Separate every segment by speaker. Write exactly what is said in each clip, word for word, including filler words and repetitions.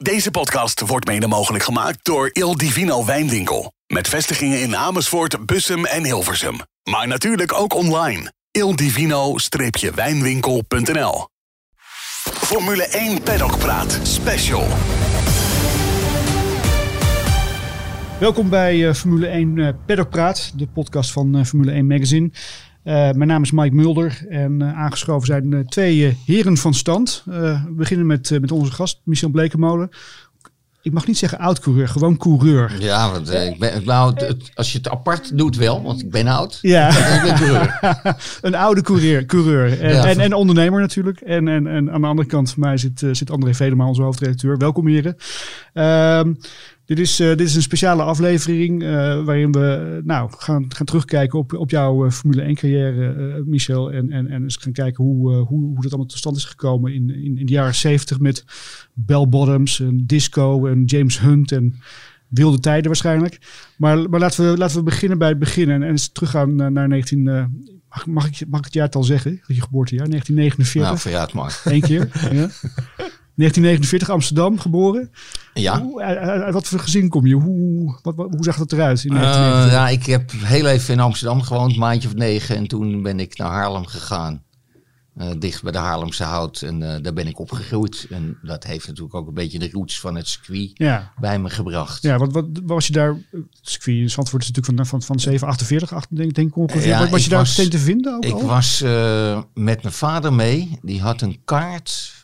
Speaker 1: Deze podcast wordt mede mogelijk gemaakt door Il Divino Wijnwinkel. Met vestigingen in Amersfoort, Bussum en Hilversum. Maar natuurlijk ook online. il divino wijnwinkel punt n l. Formule één Paddock Praat Special.
Speaker 2: Welkom bij uh, Formule één uh, Paddock Praat, de podcast van uh, Formule één Magazine. Uh, mijn naam is Mike Mulder en uh, aangeschoven zijn uh, twee uh, heren van stand. Uh, we beginnen met, uh, met onze gast, Michel Blekemolen. Ik mag niet zeggen oud-coureur, gewoon coureur.
Speaker 3: Ja, want uh, ik ben, nou, het, als je het apart doet wel, want ik ben oud.
Speaker 2: Ja,
Speaker 3: ik ben coureur.
Speaker 2: Een oude coureur, coureur. En,
Speaker 3: ja.
Speaker 2: en, en ondernemer natuurlijk. En, en, en aan de andere kant van mij zit, uh, zit André Vedema, onze hoofdredacteur. Welkom heren. Uh, Dit is, uh, dit is een speciale aflevering uh, waarin we uh, nou, gaan, gaan terugkijken op, op jouw uh, Formule één carrière, uh, Michel. En, en, en eens gaan kijken hoe, uh, hoe, hoe dat allemaal tot stand is gekomen in, in, in de jaren zeventig met Bell Bottoms en disco en James Hunt en wilde tijden waarschijnlijk. Maar, maar laten, we, laten we beginnen bij het begin en, en eens teruggaan naar, naar negentien... Uh, mag, mag, ik, mag ik het jaartal zeggen? Je geboortejaar, negentien negenenveertig.
Speaker 3: Nou, verjaard maar.
Speaker 2: Eén keer, ja. negentien negenenveertig, Amsterdam, geboren.
Speaker 3: Ja.
Speaker 2: Hoe, uit wat voor gezin kom je? Hoe, wat, wat, hoe zag dat eruit? In
Speaker 3: uh, ja, ik heb heel even in Amsterdam gewoond, een maandje of negen. En toen ben ik naar Haarlem gegaan. Uh, dicht bij de Haarlemse Hout. En uh, daar ben ik opgegroeid. En dat heeft natuurlijk ook een beetje de roots van het circuit ja. bij me gebracht.
Speaker 2: Ja, wat, wat was je daar? Het circuit in Zandvoort is natuurlijk van, van, van zeven achtenveertig, acht, denk, denk ik ongeveer.
Speaker 3: Ja,
Speaker 2: wat was je daar
Speaker 3: was,
Speaker 2: meteen te vinden? Ook
Speaker 3: ik
Speaker 2: al?
Speaker 3: was uh, met mijn vader mee. Die had een kaart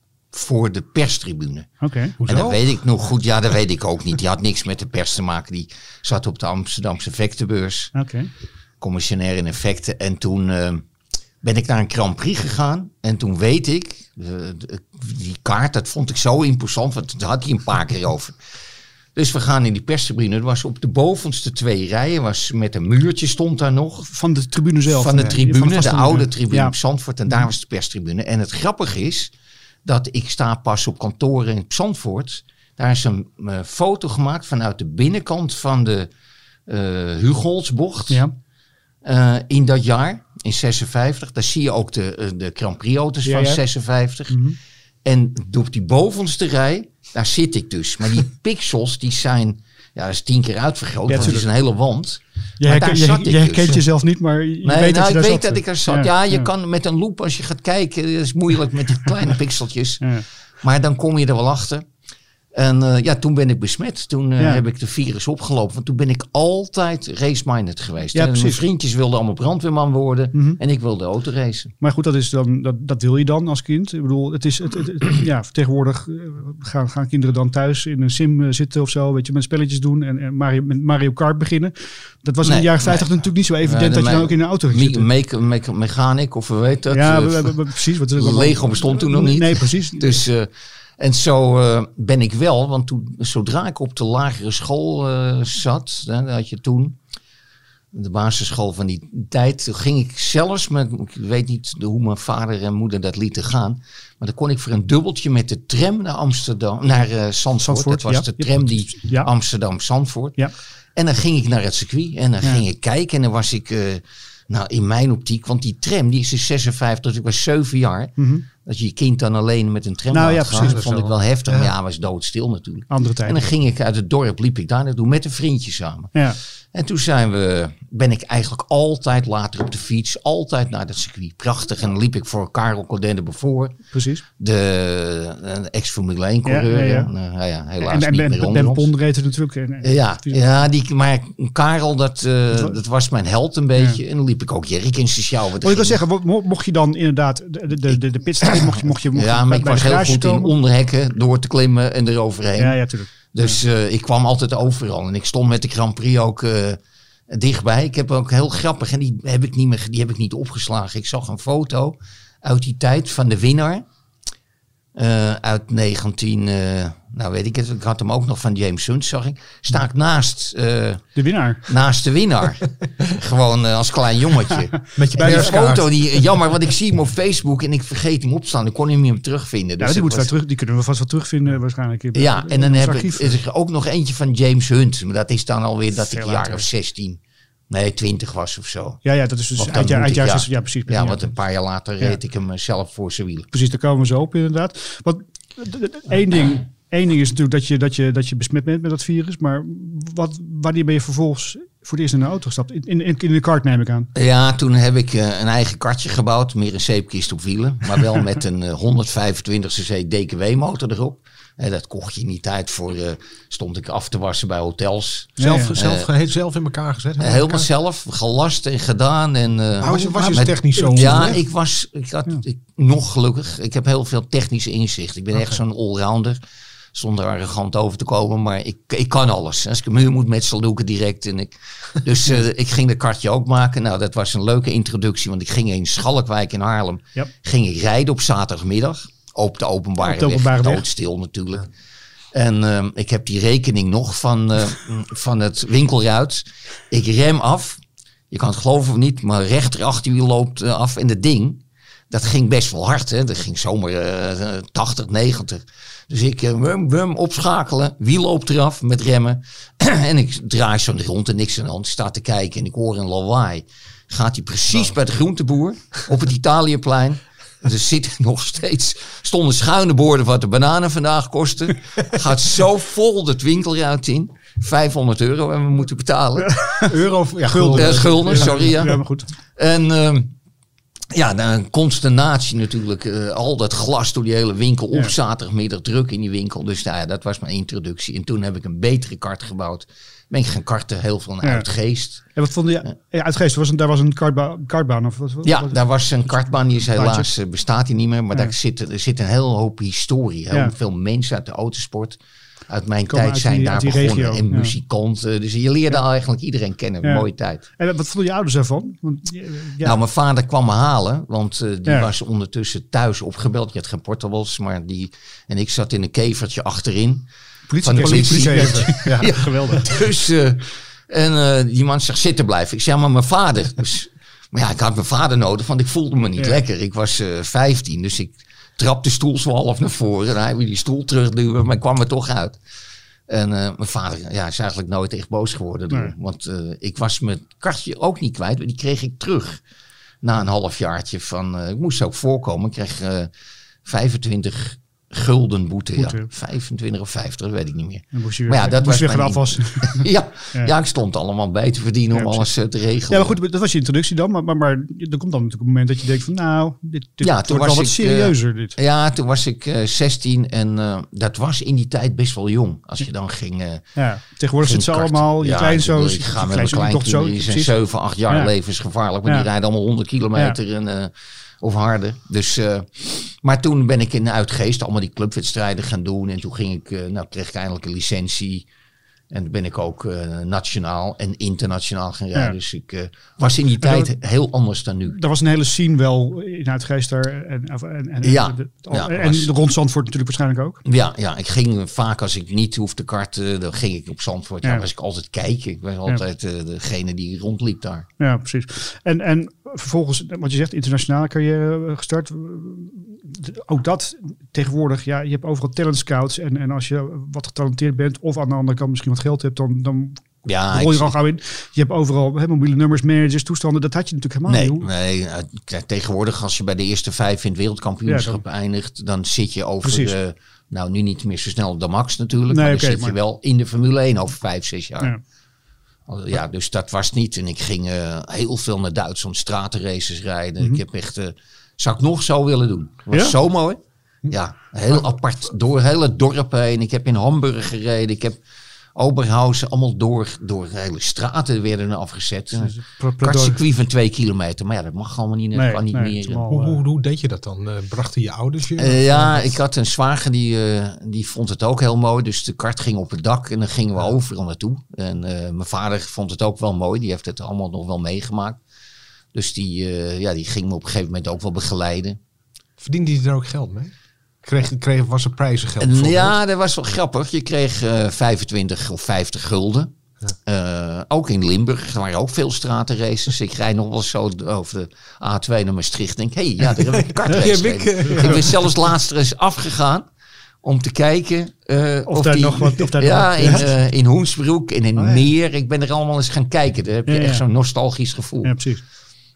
Speaker 3: voor de perstribune.
Speaker 2: Okay,
Speaker 3: en dat weet ik nog goed. Ja, dat weet ik ook niet. Die had niks met de pers te maken. Die zat op de Amsterdamse effectenbeurs.
Speaker 2: Okay.
Speaker 3: Commissionair in effecten. En toen uh, ben ik naar een Grand Prix gegaan. En toen weet ik, uh, die kaart, dat vond ik zo imposant. Want daar had hij een paar keer over. Dus we gaan in die perstribune. Dat was op de bovenste twee rijen. Was met een muurtje stond daar nog.
Speaker 2: Van de tribune zelf?
Speaker 3: Van de tribune, van de, de oude tribune
Speaker 2: ja.
Speaker 3: op Zandvoort. En daar was de perstribune. En het grappige is dat ik sta pas op kantoor in Zandvoort. Daar is een uh, foto gemaakt vanuit de binnenkant van de uh, Hugoltsbocht. Ja. Uh, in dat jaar, in zesenvijftig. Daar zie je ook de, uh, de Grand Prix auto's ja, van ja. zesenvijftig. Mm-hmm. En op die bovenste rij, daar zit ik dus. Maar die pixels, die zijn, ja, dat is tien keer uitvergroot. Ja, want het is een hele wand.
Speaker 2: Je, herken, je, je, je herkent dus jezelf niet, maar je
Speaker 3: nee,
Speaker 2: weet
Speaker 3: nou,
Speaker 2: dat je
Speaker 3: ik
Speaker 2: daar
Speaker 3: weet
Speaker 2: zat.
Speaker 3: dat ik er zat. Ja, ja je ja. kan met een loop, als je gaat kijken, dat is moeilijk met die kleine pixeltjes. Ja. Maar dan kom je er wel achter. En uh, ja, toen ben ik besmet. Toen uh, ja. heb ik de virus opgelopen. Want toen ben ik altijd race-minded geweest. Ja, en mijn vriendjes wilden allemaal brandweerman worden. Mm-hmm. En ik wilde autoracen.
Speaker 2: Maar goed, dat, is dan, dat, dat wil je dan als kind. Ik bedoel, het is, het, het, het, ja, tegenwoordig gaan, gaan kinderen dan thuis in een sim zitten of zo. Weet je, met spelletjes doen en, en Mario, met Mario Kart beginnen. Dat was nee, in de jaren vijftig nee. natuurlijk niet zo evident uh, dat me, je dan ook in een auto ging zitten.
Speaker 3: Me, me, me, mechanic of hoe weet dat?
Speaker 2: Ja,
Speaker 3: uh,
Speaker 2: we, we, we, precies. Wat,
Speaker 3: Lego bestond toen nog niet.
Speaker 2: Nee, precies.
Speaker 3: Dus... Uh, En zo uh, ben ik wel, want toen, zodra ik op de lagere school uh, zat, hè, dat had je toen, de basisschool van die tijd, toen ging ik zelfs, met, ik weet niet hoe mijn vader en moeder dat lieten gaan, maar dan kon ik voor een dubbeltje met de tram naar Amsterdam, naar uh, Zandvoort. Zandvoort. Dat was ja. de tram die ja. Amsterdam-Zandvoort. Ja. En dan ging ik naar het circuit en dan ja. ging ik kijken en dan was ik... Uh, Nou, in mijn optiek, want die tram, die is in zesenvijftig, dus ik was zeven jaar. Mm-hmm. Dat je je kind dan alleen met een tram
Speaker 2: nou,
Speaker 3: laat
Speaker 2: ja,
Speaker 3: gaan,
Speaker 2: precies,
Speaker 3: dat vond ik wel heftig. Ja, maar ja, was doodstil natuurlijk.
Speaker 2: Andere tijd.
Speaker 3: En dan ging ik uit het dorp, liep ik daar naartoe met een vriendje samen. Ja. En toen zijn we, ben ik eigenlijk altijd later op de fiets, altijd naar dat circuit. Prachtig. En dan liep ik voor Karel Codende voor.
Speaker 2: Precies.
Speaker 3: De, de ex-Formule één coureur. Ja, ja, ja. Nou, ja, helaas en, en,
Speaker 2: niet
Speaker 3: meer
Speaker 2: onder
Speaker 3: Ben
Speaker 2: Pond reed er natuurlijk. En,
Speaker 3: ja, ja die, maar Karel, dat, uh, dat was mijn held een beetje. Ja. En dan liep ik ook Jerrycans te sjouwen.
Speaker 2: Wat ik wil zeggen, mocht je dan inderdaad de, de, de, de pitstraat, mocht je, mocht je, mocht
Speaker 3: ja,
Speaker 2: je
Speaker 3: maar
Speaker 2: bij,
Speaker 3: ik was heel goed
Speaker 2: komen?
Speaker 3: in onderhekken, door te klimmen en eroverheen.
Speaker 2: Ja, ja, tuurlijk.
Speaker 3: Dus uh, ik kwam altijd overal. En ik stond met de Grand Prix ook uh, dichtbij. Ik heb ook heel grappig, en die heb ik niet meer, die heb ik niet opgeslagen. Ik zag een foto uit die tijd van de winnaar. Uh, uit negentien, uh, nou weet ik het, ik had hem ook nog van James Hunt, zag ik. Sta ik naast... Uh,
Speaker 2: de winnaar.
Speaker 3: Naast de winnaar. Gewoon uh, als klein jongetje.
Speaker 2: Met je
Speaker 3: bij de foto, die, jammer, want ik zie hem op Facebook en ik vergeet hem opstaan. Ik kon hem niet meer terugvinden. Dus
Speaker 2: ja, die,
Speaker 3: was,
Speaker 2: wij terug, die kunnen we vast wel terugvinden waarschijnlijk. In,
Speaker 3: ja,
Speaker 2: in,
Speaker 3: en dan
Speaker 2: in
Speaker 3: heb ik, is er ook nog eentje van James Hunt. Maar dat is dan alweer dat Veel ik een jaar of zestien... Nee, twintig was of zo.
Speaker 2: Ja, ja, dat is dus eind jaar, eind jaar,
Speaker 3: ja,
Speaker 2: ja, precies.
Speaker 3: Ja, want een paar jaar later reed ja. ik hem zelf voor zijn wielen.
Speaker 2: Precies, daar komen we zo op inderdaad. Want één ding, één ding is natuurlijk dat je, dat, je, dat je besmet bent met dat virus. Maar wat, wanneer ben je vervolgens voor het eerst in de auto gestapt? In, in, in de kart neem ik aan.
Speaker 3: Ja, toen heb ik uh, een eigen kartje gebouwd. Meer een zeepkist op wielen. Maar wel met een uh, honderdvijfentwintig cc D K W motor erop. Uh, dat kocht je in die tijd voor. Uh, stond ik af te wassen bij hotels.
Speaker 4: Zelf,
Speaker 2: Ja, ja.
Speaker 4: zelf,
Speaker 3: Uh,
Speaker 4: zelf in elkaar gezet?
Speaker 3: Uh, helemaal
Speaker 4: elkaar.
Speaker 3: zelf. Gelast en gedaan. En, uh,
Speaker 4: Maar was je, was je
Speaker 3: met-
Speaker 4: technisch zo?
Speaker 3: Ja,
Speaker 4: hè?
Speaker 3: ik was ik had,
Speaker 2: Ja.
Speaker 3: ik, nog gelukkig. Ik heb heel veel technische inzicht. Ik ben
Speaker 4: Oké.
Speaker 3: echt zo'n allrounder. Zonder arrogant over te komen. Maar ik, ik kan alles. Als ik een muur moet metselen, doe ik het direct. En ik, dus uh, ik ging dat kartje ook maken. Nou, dat was een leuke introductie. Want ik ging in Schalkwijk in Haarlem.
Speaker 2: Ja.
Speaker 3: Ging ik rijden op zaterdagmiddag. Op de openbare,
Speaker 2: Op de openbare
Speaker 3: weg.
Speaker 2: weg.
Speaker 3: Doodstil natuurlijk. En uh, ik heb die rekening nog van, uh, van het winkelruit. Ik rem af. Je kan het geloven of niet, maar rechter achterwiel loopt uh, af. En dat ding, dat ging best wel hard. Hè? Dat ging zomaar uh, tachtig, negentig. Dus ik uh, wum, wum, opschakelen. Wiel loopt eraf met remmen. En ik draai zo rond en niks aan de hand. Ik sta te kijken en ik hoor een lawaai. Gaat hij precies oh. bij de groenteboer op het Italiëplein. Er zitten nog steeds, stonden schuine borden wat de bananen vandaag kosten. Gaat zo vol het winkelruit in. vijfhonderd euro hebben we moeten betalen.
Speaker 4: Euro, ja,
Speaker 3: Gulden, uh, gulden sorry. Ja.
Speaker 2: Ja, maar goed.
Speaker 3: En uh, ja, nou, een consternatie natuurlijk. Uh, al dat glas door die hele winkel. Op
Speaker 2: Ja.
Speaker 3: zaterdagmiddag druk in die winkel. Dus nou ja, dat was mijn introductie. En toen heb ik een betere kart gebouwd. Ben ik gaan karten, heel veel naar
Speaker 2: Ja.
Speaker 3: Uitgeest.
Speaker 2: En wat vond je? Ja, Uitgeest, was een, daar was een kartba- kartbaan of wat? wat
Speaker 3: Ja,
Speaker 2: wat-
Speaker 3: daar was een kartbaan, die is
Speaker 2: Plaatje.
Speaker 3: helaas uh, bestaat die niet meer. Maar
Speaker 2: Ja.
Speaker 3: daar zit, er zit een hele hoop historie. Heel
Speaker 2: Ja.
Speaker 3: veel mensen uit de autosport. Uit mijn
Speaker 2: Komen
Speaker 3: tijd
Speaker 2: uit
Speaker 3: zijn
Speaker 2: die-
Speaker 3: daar
Speaker 2: uit die
Speaker 3: begonnen.
Speaker 2: regio,
Speaker 3: En
Speaker 2: ja.
Speaker 3: muzikanten. Dus je leerde eigenlijk iedereen kennen.
Speaker 2: Ja.
Speaker 3: Mooie tijd.
Speaker 2: En wat vonden je ouders daarvan? Want, ja, ja.
Speaker 3: Nou, mijn vader kwam me halen. Want uh, die
Speaker 2: Ja.
Speaker 3: was ondertussen thuis opgebeld. Je had geen portables. Maar die, en ik zat in een kevertje achterin.
Speaker 2: politie,
Speaker 3: van de politie.
Speaker 2: Ja,
Speaker 3: Ja.
Speaker 2: geweldig.
Speaker 3: Dus, uh, en uh, die man zegt zitten blijven. Ik zeg, maar mijn vader. Dus, maar ja, ik had mijn vader nodig, want ik voelde me niet
Speaker 2: Ja.
Speaker 3: lekker. Ik was uh, vijftien, dus ik trapte de stoel zo half naar voren. En hij wil die stoel terugduwen, maar ik kwam er toch uit. En uh, mijn vader ja, is eigenlijk nooit echt boos geworden. Door,
Speaker 2: Nee.
Speaker 3: Want uh, ik was mijn kartje ook niet kwijt. Maar die kreeg ik terug. Na een halfjaartje van... Uh, ik moest ook voorkomen. Ik kreeg uh, vijfentwintig gulden boete.
Speaker 2: Boete.
Speaker 3: Ja. vijfentwintig of vijftig, dat weet ik niet meer.
Speaker 2: Dan moest je
Speaker 3: Maar ja, dat
Speaker 2: moest je
Speaker 3: was
Speaker 2: weer gaan
Speaker 3: mijn
Speaker 2: afwassen.
Speaker 3: ja,
Speaker 2: Ja.
Speaker 3: ja, ik stond allemaal bij te verdienen
Speaker 2: Ja,
Speaker 3: om alles uh, te regelen.
Speaker 2: Ja, maar goed, dat was je introductie dan. Maar, maar, maar er komt dan natuurlijk een moment dat je denkt van nou, dit, dit
Speaker 3: Ja,
Speaker 2: wordt
Speaker 3: toen
Speaker 2: wel
Speaker 3: was
Speaker 2: wat
Speaker 3: ik,
Speaker 2: serieuzer. dit.
Speaker 3: Ja, toen was ik uh, zestien en uh, dat was in die tijd best wel jong. Als je dan ging... Uh,
Speaker 2: Ja, tegenwoordig
Speaker 3: ging
Speaker 2: zitten ze
Speaker 3: karten.
Speaker 2: allemaal, je
Speaker 3: Ja,
Speaker 2: kleinzoons.
Speaker 3: ik ga met mijn
Speaker 2: kleinzoon, je dochterzoon,
Speaker 3: kleinkinderen, die zijn
Speaker 2: precies.
Speaker 3: zeven, acht jaar
Speaker 2: Ja.
Speaker 3: levensgevaarlijk. Maar
Speaker 2: Ja.
Speaker 3: die rijden allemaal honderd kilometer en, uh, of harder. Dus, uh, maar toen ben ik in Uitgeest allemaal die clubwedstrijden gaan doen. En toen ging ik, uh, nou kreeg ik eindelijk een licentie. En toen ben ik ook uh, nationaal en internationaal gaan rijden.
Speaker 2: Ja.
Speaker 3: Dus ik uh, was in die tijd heel anders dan nu.
Speaker 2: Er was een hele scene wel in Uitgeest daar. En, en, en,
Speaker 3: Ja.
Speaker 2: de-
Speaker 3: Ja,
Speaker 2: en
Speaker 3: was-
Speaker 2: rond Zandvoort natuurlijk waarschijnlijk ook.
Speaker 3: Ja, ja, ik ging vaak als ik niet hoefde karten, dan ging ik op Zandvoort. Ja,
Speaker 2: Ja.
Speaker 3: was ik altijd kijken. Ik was altijd uh, degene die rondliep daar.
Speaker 2: Ja, precies. En, en vervolgens, wat je zegt, internationale carrière gestart. Ook dat tegenwoordig, ja, je hebt overal talent scouts. En, en als je wat getalenteerd bent of aan de andere kant misschien wat geld hebt, dan, dan
Speaker 3: Ja,
Speaker 2: rol je
Speaker 3: ik-
Speaker 2: er al gauw in. Je hebt overal hè, mobiele nummers, managers, toestanden. Dat had je natuurlijk helemaal
Speaker 3: Nee,
Speaker 2: niet. Hoe-
Speaker 3: nee uh, kijk, tegenwoordig als je bij de eerste vijf in het wereldkampioenschap
Speaker 2: Ja,
Speaker 3: eindigt, dan zit je over
Speaker 2: Precies.
Speaker 3: de, nou nu niet meer zo snel op de max natuurlijk,
Speaker 2: Nee,
Speaker 3: maar
Speaker 2: oké,
Speaker 3: dan zit
Speaker 2: maar-
Speaker 3: je wel in de Formule één over vijf, zes jaar.
Speaker 2: Ja.
Speaker 3: Ja. ja, dus dat was niet. En ik ging uh, heel veel naar Duitsland stratenraces rijden.
Speaker 2: Mhm.
Speaker 3: Ik heb echt, uh, zou ik nog zo willen doen. Het was
Speaker 2: Ja?
Speaker 3: zo mooi. Ja, heel apart door hele dorp heen. Ik heb in Hamburg gereden. Ik heb Oberhausen allemaal door, door hele straten werden er afgezet. Een
Speaker 2: Pro- pro-
Speaker 3: kartcircuit van twee kilometer. Maar ja, dat mag allemaal niet. Dat
Speaker 2: Nee,
Speaker 3: kan niet
Speaker 2: nee,
Speaker 3: meer.
Speaker 2: het is allemaal-
Speaker 4: Hoe, hoe, hoe deed je dat dan? Uh, brachten je ouders je?
Speaker 3: Uh, ja, ik had een zwager die, uh, die vond het ook heel mooi. Dus de kart ging op het dak en dan gingen we overal naartoe. En uh, mijn vader vond het ook wel mooi. Die heeft het allemaal nog wel meegemaakt. Dus die, uh, ja, die ging me op een gegeven moment ook wel begeleiden.
Speaker 4: Verdiende je er ook geld mee? Kreeg, kreeg, was er prijzengeld?
Speaker 3: En,
Speaker 4: bijvoorbeeld?
Speaker 3: ja, dat was wel grappig. Je kreeg uh, vijfentwintig of vijftig gulden. Ja. Uh, ook in Limburg. Er waren ook veel stratenraces. Ik rijd nog wel zo over de A twee naar Maastricht. Denk, hé, hey, ja, daar heb ik een kartrace.
Speaker 4: Ja, heb ik,
Speaker 3: ik,
Speaker 4: uh, ja.
Speaker 3: ik ben zelfs laatst er eens afgegaan om te kijken uh,
Speaker 2: Of,
Speaker 3: of
Speaker 2: daar
Speaker 3: die,
Speaker 2: nog wat. Of daar
Speaker 3: ja,
Speaker 2: nog,
Speaker 3: in, uh, in Hoensbroek en in
Speaker 2: Oh, ja.
Speaker 3: Meer. Ik ben er allemaal eens gaan kijken. Daar heb je
Speaker 2: Ja, ja.
Speaker 3: echt zo'n nostalgisch gevoel.
Speaker 2: Ja, precies.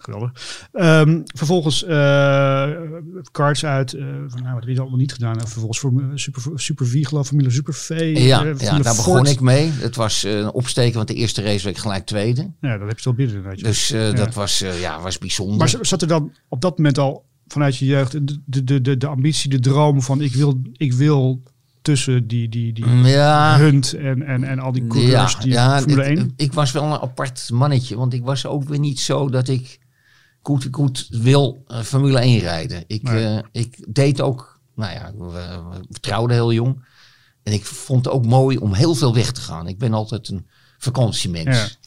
Speaker 2: geweldig. Um, vervolgens uh, cards uit, uh, van, nou, wat heb je allemaal niet gedaan? En vervolgens voor Super, Super V, geloof Formule Super V.
Speaker 3: Ja,
Speaker 2: uh,
Speaker 3: ja
Speaker 2: Formule
Speaker 3: daar
Speaker 2: Ford.
Speaker 3: begon ik mee. Het was uh, een opsteken, want de eerste raceweek gelijk tweede.
Speaker 2: Ja, dat heb je wel binnen. Weet je.
Speaker 3: Dus uh,
Speaker 2: ja.
Speaker 3: dat was, uh, ja, was bijzonder.
Speaker 2: Maar zat er dan op dat moment al vanuit je jeugd de, de, de, de ambitie, de droom van ik wil, ik wil tussen die, die, die
Speaker 3: ja.
Speaker 2: Hunt en, en, en al die coureurs
Speaker 3: ja,
Speaker 2: die
Speaker 3: ja,
Speaker 2: Formule
Speaker 3: ik,
Speaker 2: één?
Speaker 3: Ik was wel een apart mannetje, want ik was ook weer niet zo dat ik goed, goed wil uh, Formule één rijden. Ik, nee. uh, ik deed ook, nou ja, we, we trouwden heel jong. En ik vond het ook mooi om heel veel weg te gaan. Ik ben altijd een vakantiemens. Ja.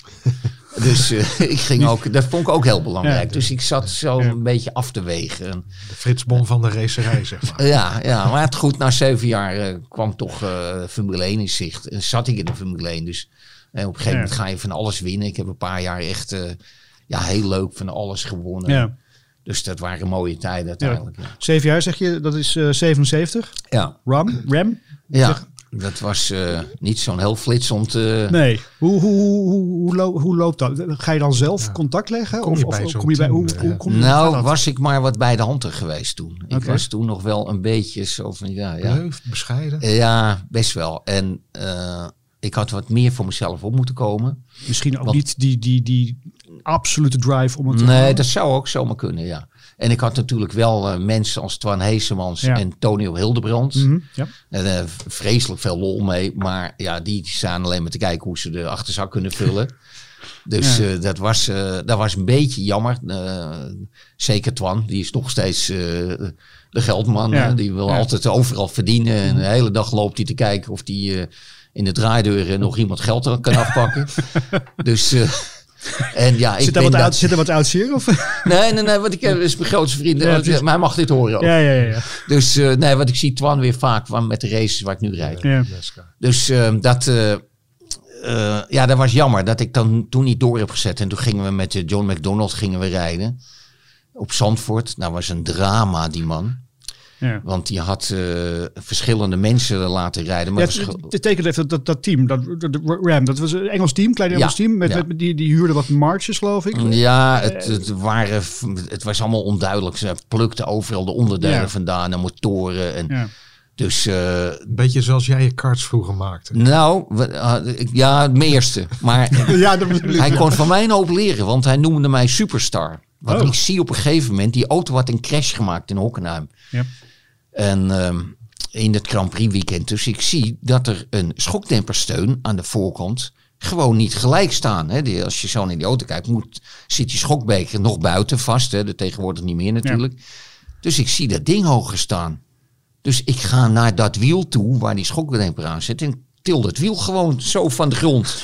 Speaker 3: Dus uh, ik ging ook, dat vond ik ook heel belangrijk. Ja, dus ik zat zo ja. een beetje af te wegen.
Speaker 4: De Frits Bon van de racerij, zeg maar.
Speaker 3: Ja, ja, maar het goed, na zeven jaar uh, kwam toch uh, Formule één in zicht. En zat ik in de Formule één. Dus uh, op een gegeven ja. moment ga je van alles winnen. Ik heb een paar jaar echt uh, ja, heel leuk van alles gewonnen. Ja. Dus dat waren mooie tijden uiteindelijk. Ja.
Speaker 2: Ja. Zeven jaar zeg je, dat is uh, zevenenzeventig?
Speaker 3: Ja.
Speaker 2: Ram? Ram?
Speaker 3: Ja. Zeg. Dat was uh, niet zo'n heel flitsend... Uh...
Speaker 2: Nee. Hoe, hoe, hoe, hoe, lo- hoe loopt dat? Ga je dan zelf ja. contact leggen?
Speaker 4: Kom je
Speaker 2: of,
Speaker 4: bij
Speaker 2: of
Speaker 4: zo'n
Speaker 2: kom je bij... Hoe,
Speaker 4: team,
Speaker 2: hoe,
Speaker 3: ja.
Speaker 2: hoe, hoe
Speaker 3: nou, was ik maar wat bij de hand geweest toen. Ik
Speaker 2: okay.
Speaker 3: was toen nog wel een beetje zo van... Ja, ja.
Speaker 4: Leuk, bescheiden.
Speaker 3: Uh, ja, best wel. En uh, ik had wat meer voor mezelf op moeten komen.
Speaker 2: Misschien ook
Speaker 3: Want,
Speaker 2: niet die, die, die absolute drive om het te
Speaker 3: Nee,
Speaker 2: halen.
Speaker 3: dat zou ook zomaar kunnen, ja. En ik had natuurlijk wel uh, mensen als Twan Heesemans ja. en Tonio Hildebrand.
Speaker 2: Mm-hmm, ja.
Speaker 3: En uh, vreselijk veel lol mee. Maar ja, die staan alleen maar te kijken hoe ze de achterzak kunnen vullen. Dus ja. uh, dat, was, uh, dat was een beetje jammer. Uh, zeker Twan, die is nog steeds uh, de geldman. Ja. Die wil ja. altijd overal verdienen. En de hele dag loopt hij te kijken of hij uh, in de draaideuren nog iemand geld kan afpakken. Dus... Uh, En ja, ik
Speaker 2: zit, er
Speaker 3: ben
Speaker 2: wat
Speaker 3: dat...
Speaker 2: oud, zit er wat oud zeer? Of?
Speaker 3: Nee, nee, nee, want ik heb is mijn grootste vriend. Ja, maar hij mag dit horen ook.
Speaker 2: Ja, ja, ja.
Speaker 3: Dus uh, nee, wat ik zie Twan weer vaak met de races waar ik nu rijd.
Speaker 2: Ja.
Speaker 3: Dus uh, dat, uh, uh, ja, dat was jammer dat ik dan toen niet door heb gezet. En toen gingen we met John McDonald gingen we rijden op Zandvoort. Nou, was een drama die man. Ja. Want die had uh, verschillende mensen laten rijden. Maar
Speaker 2: ja, het, het tekent even dat, dat, dat team, dat, dat, Ram, dat was een Engels team, klein Engels ja, team. Met, ja. met, die, die huurde wat marches, geloof ik.
Speaker 3: Ja, het, het, waren, het was allemaal onduidelijk. Ze plukten overal de onderdelen ja. vandaan en motoren. En
Speaker 2: ja.
Speaker 3: Dus, uh,
Speaker 4: een beetje zoals jij je karts vroeger maakte.
Speaker 3: Nou, uh, ja, het meeste. Maar
Speaker 2: ja, dat
Speaker 3: hij kon van mij een hoop leren, want hij noemde mij superstar. Want oh. ik zie op een gegeven moment, die auto had een crash gemaakt in Hockenheim.
Speaker 2: Ja.
Speaker 3: En um, in het Grand Prix weekend. Dus ik zie dat er een schokdempersteun aan de voorkant gewoon niet gelijk staan. Hè. Die, als je zo naar die auto kijkt, moet, zit die schokbeker nog buiten vast. Hè. Dat tegenwoordig niet meer natuurlijk. Ja. Dus ik zie dat ding hoger staan. Dus ik ga naar dat wiel toe waar die schokdemper aan zit. En til dat wiel gewoon zo van de grond.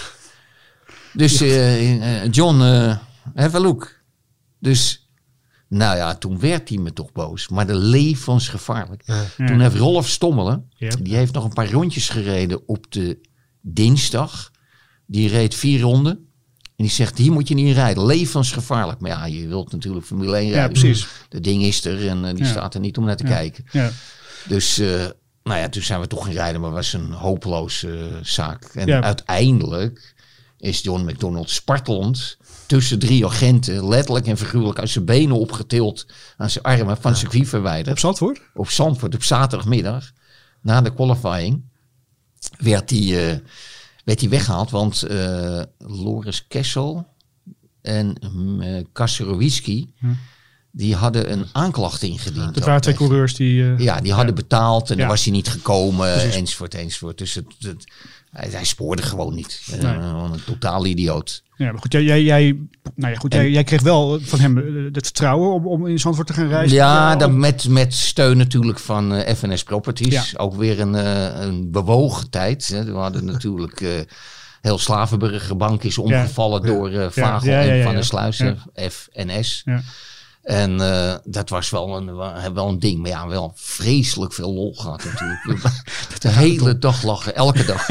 Speaker 3: Dus uh, uh, John, uh, have a look. Dus... Nou ja, toen werd hij me toch boos. Maar de levensgevaarlijk. Ja. Ja. Toen heeft Rolf Stommelen, ja. die heeft nog een paar rondjes gereden op de dinsdag. Die reed vier ronden. En die zegt, hier moet je niet rijden. Levensgevaarlijk. Maar ja, je wilt natuurlijk Formule één rijden.
Speaker 2: Ja, precies.
Speaker 3: Dat ding is er en uh, die ja. staat er niet om naar te
Speaker 2: ja.
Speaker 3: kijken.
Speaker 2: Ja.
Speaker 3: Dus, uh, nou ja, toen zijn we toch gaan rijden. Maar het was een hopeloze uh, zaak. En
Speaker 2: ja.
Speaker 3: uiteindelijk is John McDonald spartelend... tussen drie agenten, letterlijk en figuurlijk uit zijn benen opgetild, aan zijn armen, van ja. circuit verwijderd.
Speaker 2: Op Zandvoort?
Speaker 3: Op Zandvoort, op zaterdagmiddag, na de qualifying, werd hij, uh, werd hij weggehaald, want uh, Loris Kessel en uh, Kasserowski, hm. die hadden een aanklacht ingediend.
Speaker 2: Dat waren twee coureurs die... Uh,
Speaker 3: ja, die hadden ja. betaald en ja. dan was hij niet gekomen,
Speaker 2: Precies.
Speaker 3: enzovoort, enzovoort. Dus het, het, hij, hij spoorde gewoon niet.
Speaker 2: Nee.
Speaker 3: Uh, een totaal idioot.
Speaker 2: Ja, maar goed, jij, jij, jij, nou ja, goed, en, jij, jij kreeg wel van hem het vertrouwen om, om in Zandvoort te gaan reizen.
Speaker 3: Ja,
Speaker 2: ja
Speaker 3: dan met, met steun natuurlijk van uh, F N S Properties. Ja. Ook weer een, uh, een bewogen tijd. Hè. We hadden natuurlijk uh, heel Slavenburger Bank is omgevallen ja. door uh, Vagel ja, ja, ja, ja, en Van der Sluizen, ja. F N S. Ja. En uh, dat was wel een, wel een ding. Maar ja, wel vreselijk veel lol gehad natuurlijk. De hele dag lachen, elke dag.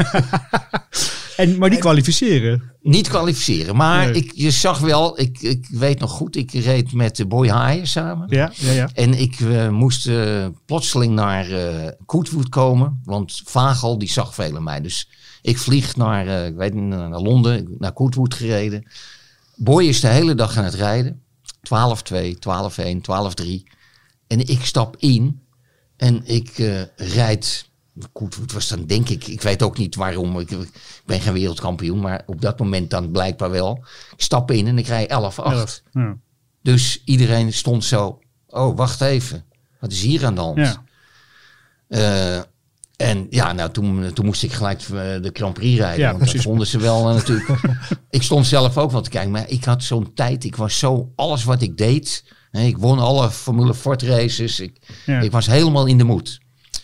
Speaker 2: En, maar niet kwalificeren?
Speaker 3: Niet kwalificeren. Maar
Speaker 2: nee.
Speaker 3: ik, je zag wel, ik, ik weet nog goed, ik reed met de Boy Haaien samen.
Speaker 2: Ja, ja, ja.
Speaker 3: En ik uh, moest uh, plotseling naar uh, Goodwood komen. Want Vagel, die zag veel aan mij. Dus ik vlieg naar, uh, ik weet niet, naar Londen, naar Goodwood gereden. Boy is de hele dag aan het rijden. twaalf twee, twaalf één, twaalf drie. En ik stap in en ik uh, rijd... Goed, het was dan denk ik, ik weet ook niet waarom, ik, ik ben geen wereldkampioen, maar op dat moment dan blijkbaar wel. Ik stap in en ik rij elf acht. Ja. Dus iedereen stond zo, oh wacht even, wat is hier aan de hand? Ja. Uh, en ja, nou toen, toen moest ik gelijk de Grand Prix rijden, ja, want precies. Dat vonden ze wel uh, natuurlijk. Ik stond zelf ook wel te kijken, maar ik had zo'n tijd, ik was zo, alles wat ik deed, hè, ik won alle Formule Ford races, ik, ja. ik was helemaal in de moed.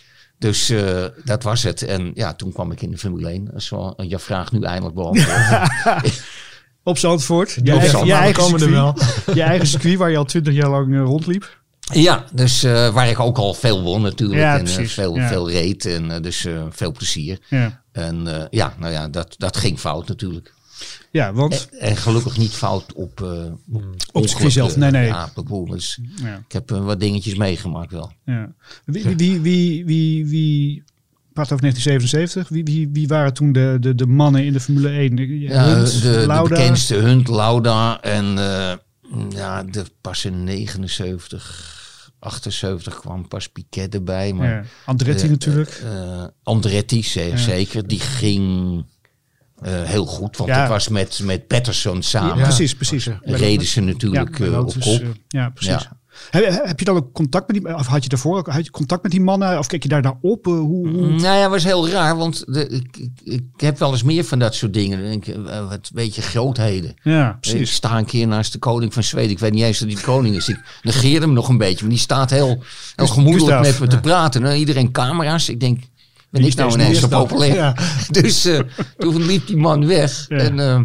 Speaker 3: Dus uh, dat was het. En ja, toen kwam ik in de Formule één. Zo, je vraagt nu eindelijk beantwoord.
Speaker 2: Op Zandvoort. Je, eigen, je, eigen circuit, wel. je eigen circuit waar je al twintig jaar lang uh, rondliep.
Speaker 3: Ja, dus uh, waar ik ook al veel won natuurlijk. Ja, en uh, veel, ja. veel reed. En uh, dus uh, veel plezier. Ja. En uh, ja, nou ja, dat, dat ging fout natuurlijk.
Speaker 2: Ja, want...
Speaker 3: En, en gelukkig niet fout op... Uh, op
Speaker 2: op circuit zelf, nee, nee.
Speaker 3: Ja, op dus ja. Ik heb uh, wat dingetjes meegemaakt wel.
Speaker 2: Ja. Wie, wie, wie, wie, wie praat over negentien zevenenzeventig. Wie, wie, wie waren toen de, de, de mannen in de Formule één?
Speaker 3: Ja, Hunt, de, de bekendste Hunt, Lauda en uh, ja, de pas in negenenzeventig, achtenzeventig kwam pas Piquet erbij. Maar
Speaker 2: ja. Andretti
Speaker 3: uh,
Speaker 2: natuurlijk.
Speaker 3: Uh, Andretti, ja. zeker. Die ging... Uh, heel goed, want ja. het was met, met Patterson samen.
Speaker 2: Ja, precies, precies.
Speaker 3: Reden ze natuurlijk ja, uh, op kop. Uh,
Speaker 2: ja, precies. Ja. Heb, heb je dan ook contact met die, of had je daarvoor ook had je contact met die mannen, of keek je daar naar op? Uh, hoe, hoe?
Speaker 3: Nou ja, het was heel raar, want de, ik, ik, ik heb wel eens meer van dat soort dingen. Denk ik, uh, wat weet je, grootheden.
Speaker 2: Ja, precies.
Speaker 3: Ik sta een keer naast de koning van Zweden. Ik weet niet eens dat hij de koning is. Ik negeer hem nog een beetje, maar die staat heel, heel gemoedelijk met me te praten. Nou, iedereen camera's. Ik denk... Ben ik nou ineens zo populair. Ja. Dus uh, toen liep die man weg. Ja. En uh,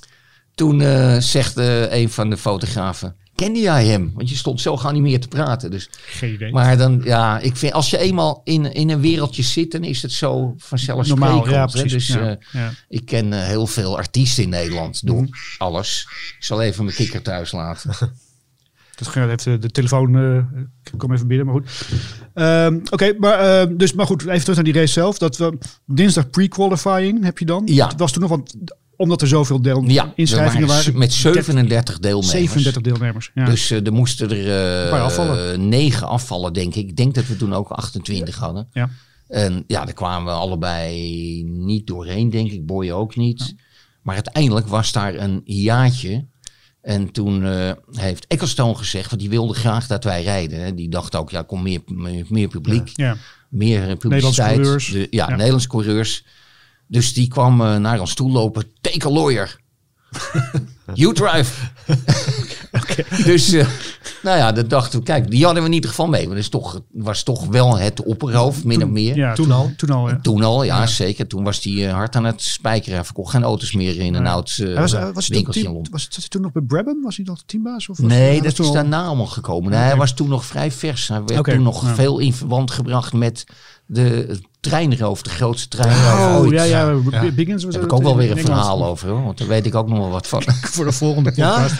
Speaker 3: toen uh, zegt uh, een van de fotografen... Kende jij hem? Want je stond zo geanimeerd te praten. Dus.
Speaker 2: Geen idee.
Speaker 3: Maar dan, ja, ik vind... Als je eenmaal in, in een wereldje zit... dan is het zo vanzelfsprekend. Normaal, ja, precies. Dus ja. Uh, ja. ik ken uh, heel veel artiesten in Nederland. Door mm. alles. Ik zal even mijn kikker thuis laten.
Speaker 2: Dat gaat even de telefoon. Uh, ik kom even binnen, maar goed. Um, Oké, okay, maar, uh, dus, maar goed, even terug naar die race zelf. Dat we dinsdag pre-qualifying heb je dan.
Speaker 3: Ja.
Speaker 2: Het was toen nog, want omdat er zoveel deel
Speaker 3: ja,
Speaker 2: inschrijvingen waren, waren.
Speaker 3: Met zevenendertig deelnemers.
Speaker 2: zevenendertig deelnemers. Ja.
Speaker 3: Dus uh, er moesten er uh, afvallen. negen afvallen, denk ik. Ik denk dat we toen ook achtentwintig ja. hadden. Ja. En ja, daar kwamen we allebei niet doorheen, denk ik. Boy ook niet. Ja. Maar uiteindelijk was daar een jaartje. En toen uh, heeft Ecclestone gezegd, want die wilde graag dat wij rijden. Hè. Die dacht ook, ja, kom meer, meer, meer publiek, ja. meer publiciteit.
Speaker 2: Nederlandse coureurs.
Speaker 3: De, ja, ja, Nederlandse coureurs. Dus die kwam uh, naar ons toe lopen. Take a lawyer. You drive. Okay. Dus, uh, nou ja, dat dachten we, kijk, die hadden we in ieder geval mee. Maar dat is toch, was toch wel het opperhoofd, min
Speaker 2: toen,
Speaker 3: of meer.
Speaker 2: Ja, toen, toen al. Toen al, ja.
Speaker 3: Toen al, ja, ja. zeker. Toen was hij uh, hard aan het spijkeren. Hij verkocht geen auto's meer in ja. een oud uh,
Speaker 2: was, uh, was winkeltje. Team, was hij toen nog bij Brabham? Was hij nog de teambaas? Of
Speaker 3: nee, dat is daarna allemaal gekomen. Nee, okay. Hij was toen nog vrij vers. Hij werd okay. toen nog ja. veel in verband gebracht met de treinroof, de grootste treinroof
Speaker 2: oh,
Speaker 3: ooit.
Speaker 2: Ja, ja, ja. Biggins was
Speaker 3: Daar heb ik ook wel weer een verhaal over, hoor, want daar weet ik ook nog wel wat van.
Speaker 2: Voor de volgende podcast.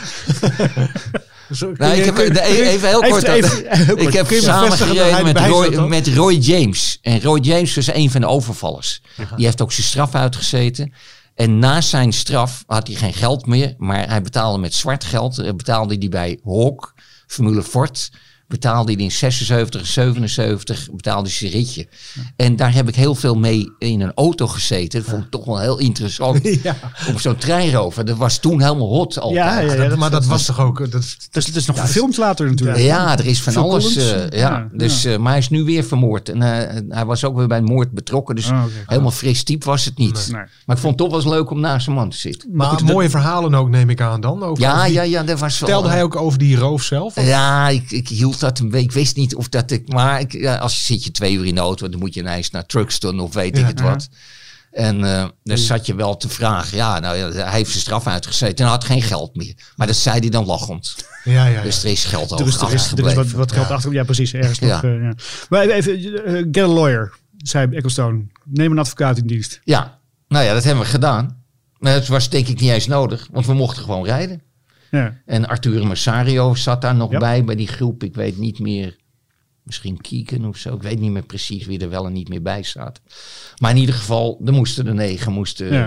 Speaker 3: Zo, nou, ik heb, even heel kort. Even, even, ik heb samengereden met Roy, met Roy James. En Roy James was een van de overvallers. Ja. Die heeft ook zijn straf uitgezeten. En na zijn straf had hij geen geld meer. Maar hij betaalde met zwart geld. Betaalde hij bij Hawk, Formule Ford. Betaalde hij in zesenzeventig en zevenenzeventig. Betaalde hij zijn ritje. Ja. En daar heb ik heel veel mee in een auto gezeten. Dat vond ik toch wel heel interessant. Ja. Op zo'n treinrover. Dat was toen helemaal hot altijd.
Speaker 4: Ja, ja, ja, dat, maar dat was toch ook... Dat,
Speaker 2: dat, is, dat is nog gefilmd later natuurlijk.
Speaker 3: Ja, er is van Veel alles. Uh, ja. Ja, dus, uh, maar hij is nu weer vermoord. En uh, hij was ook weer bij een moord betrokken. Dus oh, okay. helemaal fris type was het niet. Nee. Maar ik vond het toch wel eens leuk om naast zijn man te zitten.
Speaker 4: Maar, maar goed, mooie dat... verhalen ook, neem ik aan dan. Over
Speaker 3: ja,
Speaker 4: die...
Speaker 3: ja, ja. Dat was
Speaker 4: Vertelde wel, hij ook over die roof zelf? Of?
Speaker 3: Ja, ik, ik hield dat een beetje. Ik wist niet of dat ik... Maar ik, ja, als je zit je twee uur in de auto, dan moet je ineens naar Truxton of weet ja, ik het ja. wat. En uh, dan zat je wel te vragen. Ja, nou, hij heeft zijn straf uitgezeten en had geen geld meer. Maar dat zei hij dan lachend.
Speaker 4: Ja, ja, ja.
Speaker 3: Dus er is geld over
Speaker 2: dus er is, er is wat, wat geld ja. achter. Ja, precies. Ergens ja. nog. Uh, ja. Maar even, uh, get a lawyer, zei Ecclestone. Neem een advocaat in dienst.
Speaker 3: Ja, nou ja, dat hebben we gedaan. Maar dat was denk ik niet eens nodig. Want we mochten gewoon rijden. Ja. En Arturo Mersario zat daar nog ja. bij, bij die groep. Ik weet niet meer, misschien Kieken of zo. Ik weet niet meer precies wie er wel en niet meer bij staat. Maar in ieder geval, er moesten er negen moesten, ja.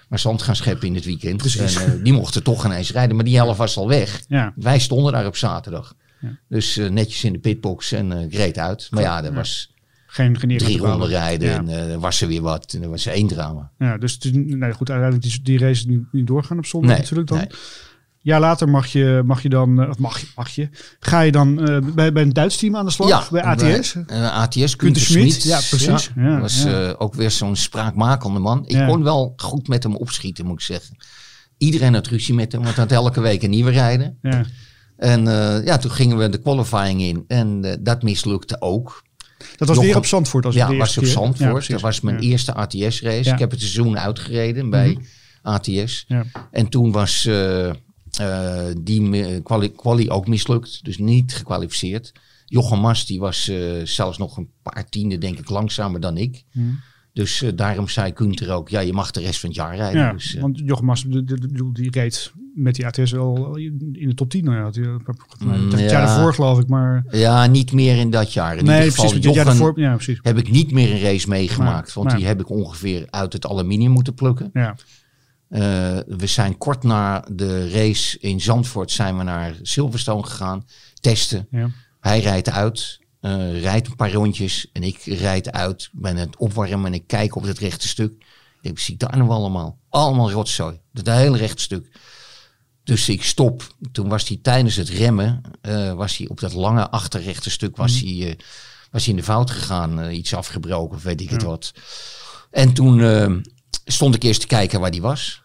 Speaker 3: maar zand gaan scheppen in het weekend.
Speaker 2: Precies.
Speaker 3: En uh, die mochten toch ineens rijden. Maar die helft was al weg.
Speaker 2: Ja.
Speaker 3: Wij stonden daar op zaterdag.
Speaker 2: Ja.
Speaker 3: Dus uh, netjes in de pitbox en uh, reed uit. Maar ja, er
Speaker 2: Ja.
Speaker 3: was
Speaker 2: Geen, geen
Speaker 3: drie ronden rijden
Speaker 2: ja.
Speaker 3: en uh, er was er weer wat. En er was één drama.
Speaker 2: Ja, dus toen, nee, goed, uiteindelijk die, die race niet, niet doorgaan op zondag
Speaker 3: Nee,
Speaker 2: natuurlijk dan.
Speaker 3: nee.
Speaker 2: Ja, later mag je, mag je dan, uh, of mag je, mag je, ga je dan uh, bij, bij een Duits team aan de slag?
Speaker 3: Ja,
Speaker 2: bij A T S?
Speaker 3: Bij, uh, A T S,
Speaker 2: Günther
Speaker 3: Schmid.
Speaker 2: Schmid, ja, precies. Ja,
Speaker 3: Dat was
Speaker 2: ja.
Speaker 3: uh, ook weer zo'n spraakmakende man. Ik
Speaker 2: Ja.
Speaker 3: kon wel goed met hem opschieten, moet ik zeggen. Iedereen had ruzie met hem, want hij had elke week een nieuwe rijden.
Speaker 2: Ja.
Speaker 3: En uh, ja, toen gingen we de qualifying in. En uh, dat mislukte ook.
Speaker 2: Dat was
Speaker 3: Nog
Speaker 2: weer
Speaker 3: een-
Speaker 2: op Zandvoort als
Speaker 3: Ja,
Speaker 2: de
Speaker 3: was
Speaker 2: eerste
Speaker 3: op
Speaker 2: keer.
Speaker 3: Zandvoort.
Speaker 2: Ja,
Speaker 3: dat
Speaker 2: precies.
Speaker 3: was mijn
Speaker 2: Ja.
Speaker 3: eerste A T S-race.
Speaker 2: Ja.
Speaker 3: Ik heb het seizoen uitgereden bij
Speaker 2: Mhm.
Speaker 3: A T S.
Speaker 2: Ja.
Speaker 3: En toen was uh, uh, die uh, quali, quali ook mislukt. Dus niet gekwalificeerd. Jochem Mas die was uh, zelfs nog een paar tienden denk ik langzamer dan ik.
Speaker 2: Mhm.
Speaker 3: Dus uh, daarom zei Günther ook, ja, je mag de rest van het jaar rijden.
Speaker 2: Ja,
Speaker 3: dus, uh,
Speaker 2: want Jochem Mas, de, de, de, die reed met die A T S al in de top tien. Nou ja, had hij,
Speaker 3: Mm,
Speaker 2: het
Speaker 3: ja.
Speaker 2: jaar daarvoor geloof ik, maar...
Speaker 3: ja, niet meer in dat jaar. In
Speaker 2: nee,
Speaker 3: ieder geval,
Speaker 2: precies, met het jaar
Speaker 3: Jochem
Speaker 2: daarvoor. Ja, precies.
Speaker 3: heb ik niet meer een race meegemaakt.
Speaker 2: Maar-
Speaker 3: want
Speaker 2: maar-
Speaker 3: die heb ik ongeveer uit het aluminium moeten plukken.
Speaker 2: Ja,
Speaker 3: Uh, we zijn kort na de race in Zandvoort zijn we naar Silverstone gegaan. Testen.
Speaker 2: ja.
Speaker 3: Hij rijdt uit. Uh, rijdt een paar rondjes. En ik rijd uit. Ben het opwarmen en ik kijk op het rechte stuk. Ik zie daar nog allemaal. Allemaal rotzooi. Dat hele rechte stuk. Dus ik stop. Toen was hij tijdens het remmen. Uh, was hij op dat lange achterrechte stuk. Was,
Speaker 2: Mm.
Speaker 3: hij, uh, was hij in de fout gegaan. Uh, iets afgebroken of weet ik het
Speaker 2: Ja.
Speaker 3: wat. En toen uh, stond ik eerst te kijken waar hij was.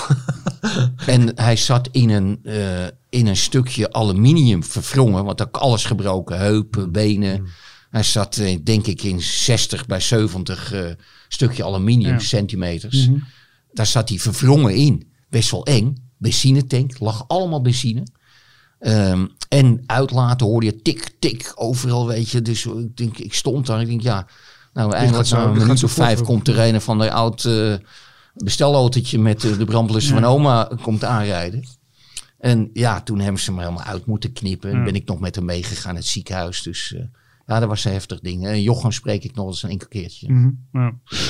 Speaker 3: En hij zat in een, uh, in een stukje aluminium verwrongen. Want ook alles gebroken. Heupen, benen.
Speaker 2: Mm.
Speaker 3: Hij zat uh, denk ik in zestig bij zeventig uh, stukje aluminium
Speaker 2: Ja.
Speaker 3: centimeters.
Speaker 2: Mhm.
Speaker 3: Daar zat hij verwrongen in. Best wel eng. Benzinetank. Lag allemaal benzine. Um, en uitlaten hoorde je tik, tik. Overal weet je. Dus ik denk, ik stond daar. Ik denk ja. Nou eindelijk
Speaker 2: gaat zo-
Speaker 3: na een
Speaker 2: dit gaat
Speaker 3: minuut
Speaker 2: zo
Speaker 3: of vijf
Speaker 2: vlot.
Speaker 3: komt er een van de oud uh, bestelautootje met uh, de brandblusser
Speaker 2: Ja.
Speaker 3: van oma komt aanrijden. En ja, toen hebben ze me helemaal uit moeten knippen. En
Speaker 2: Ja.
Speaker 3: ben ik nog met hem meegegaan naar het ziekenhuis. Dus uh, ja, dat was een heftig ding. En Jochem spreek ik nog eens een enkel keertje.
Speaker 2: Mhm, ja.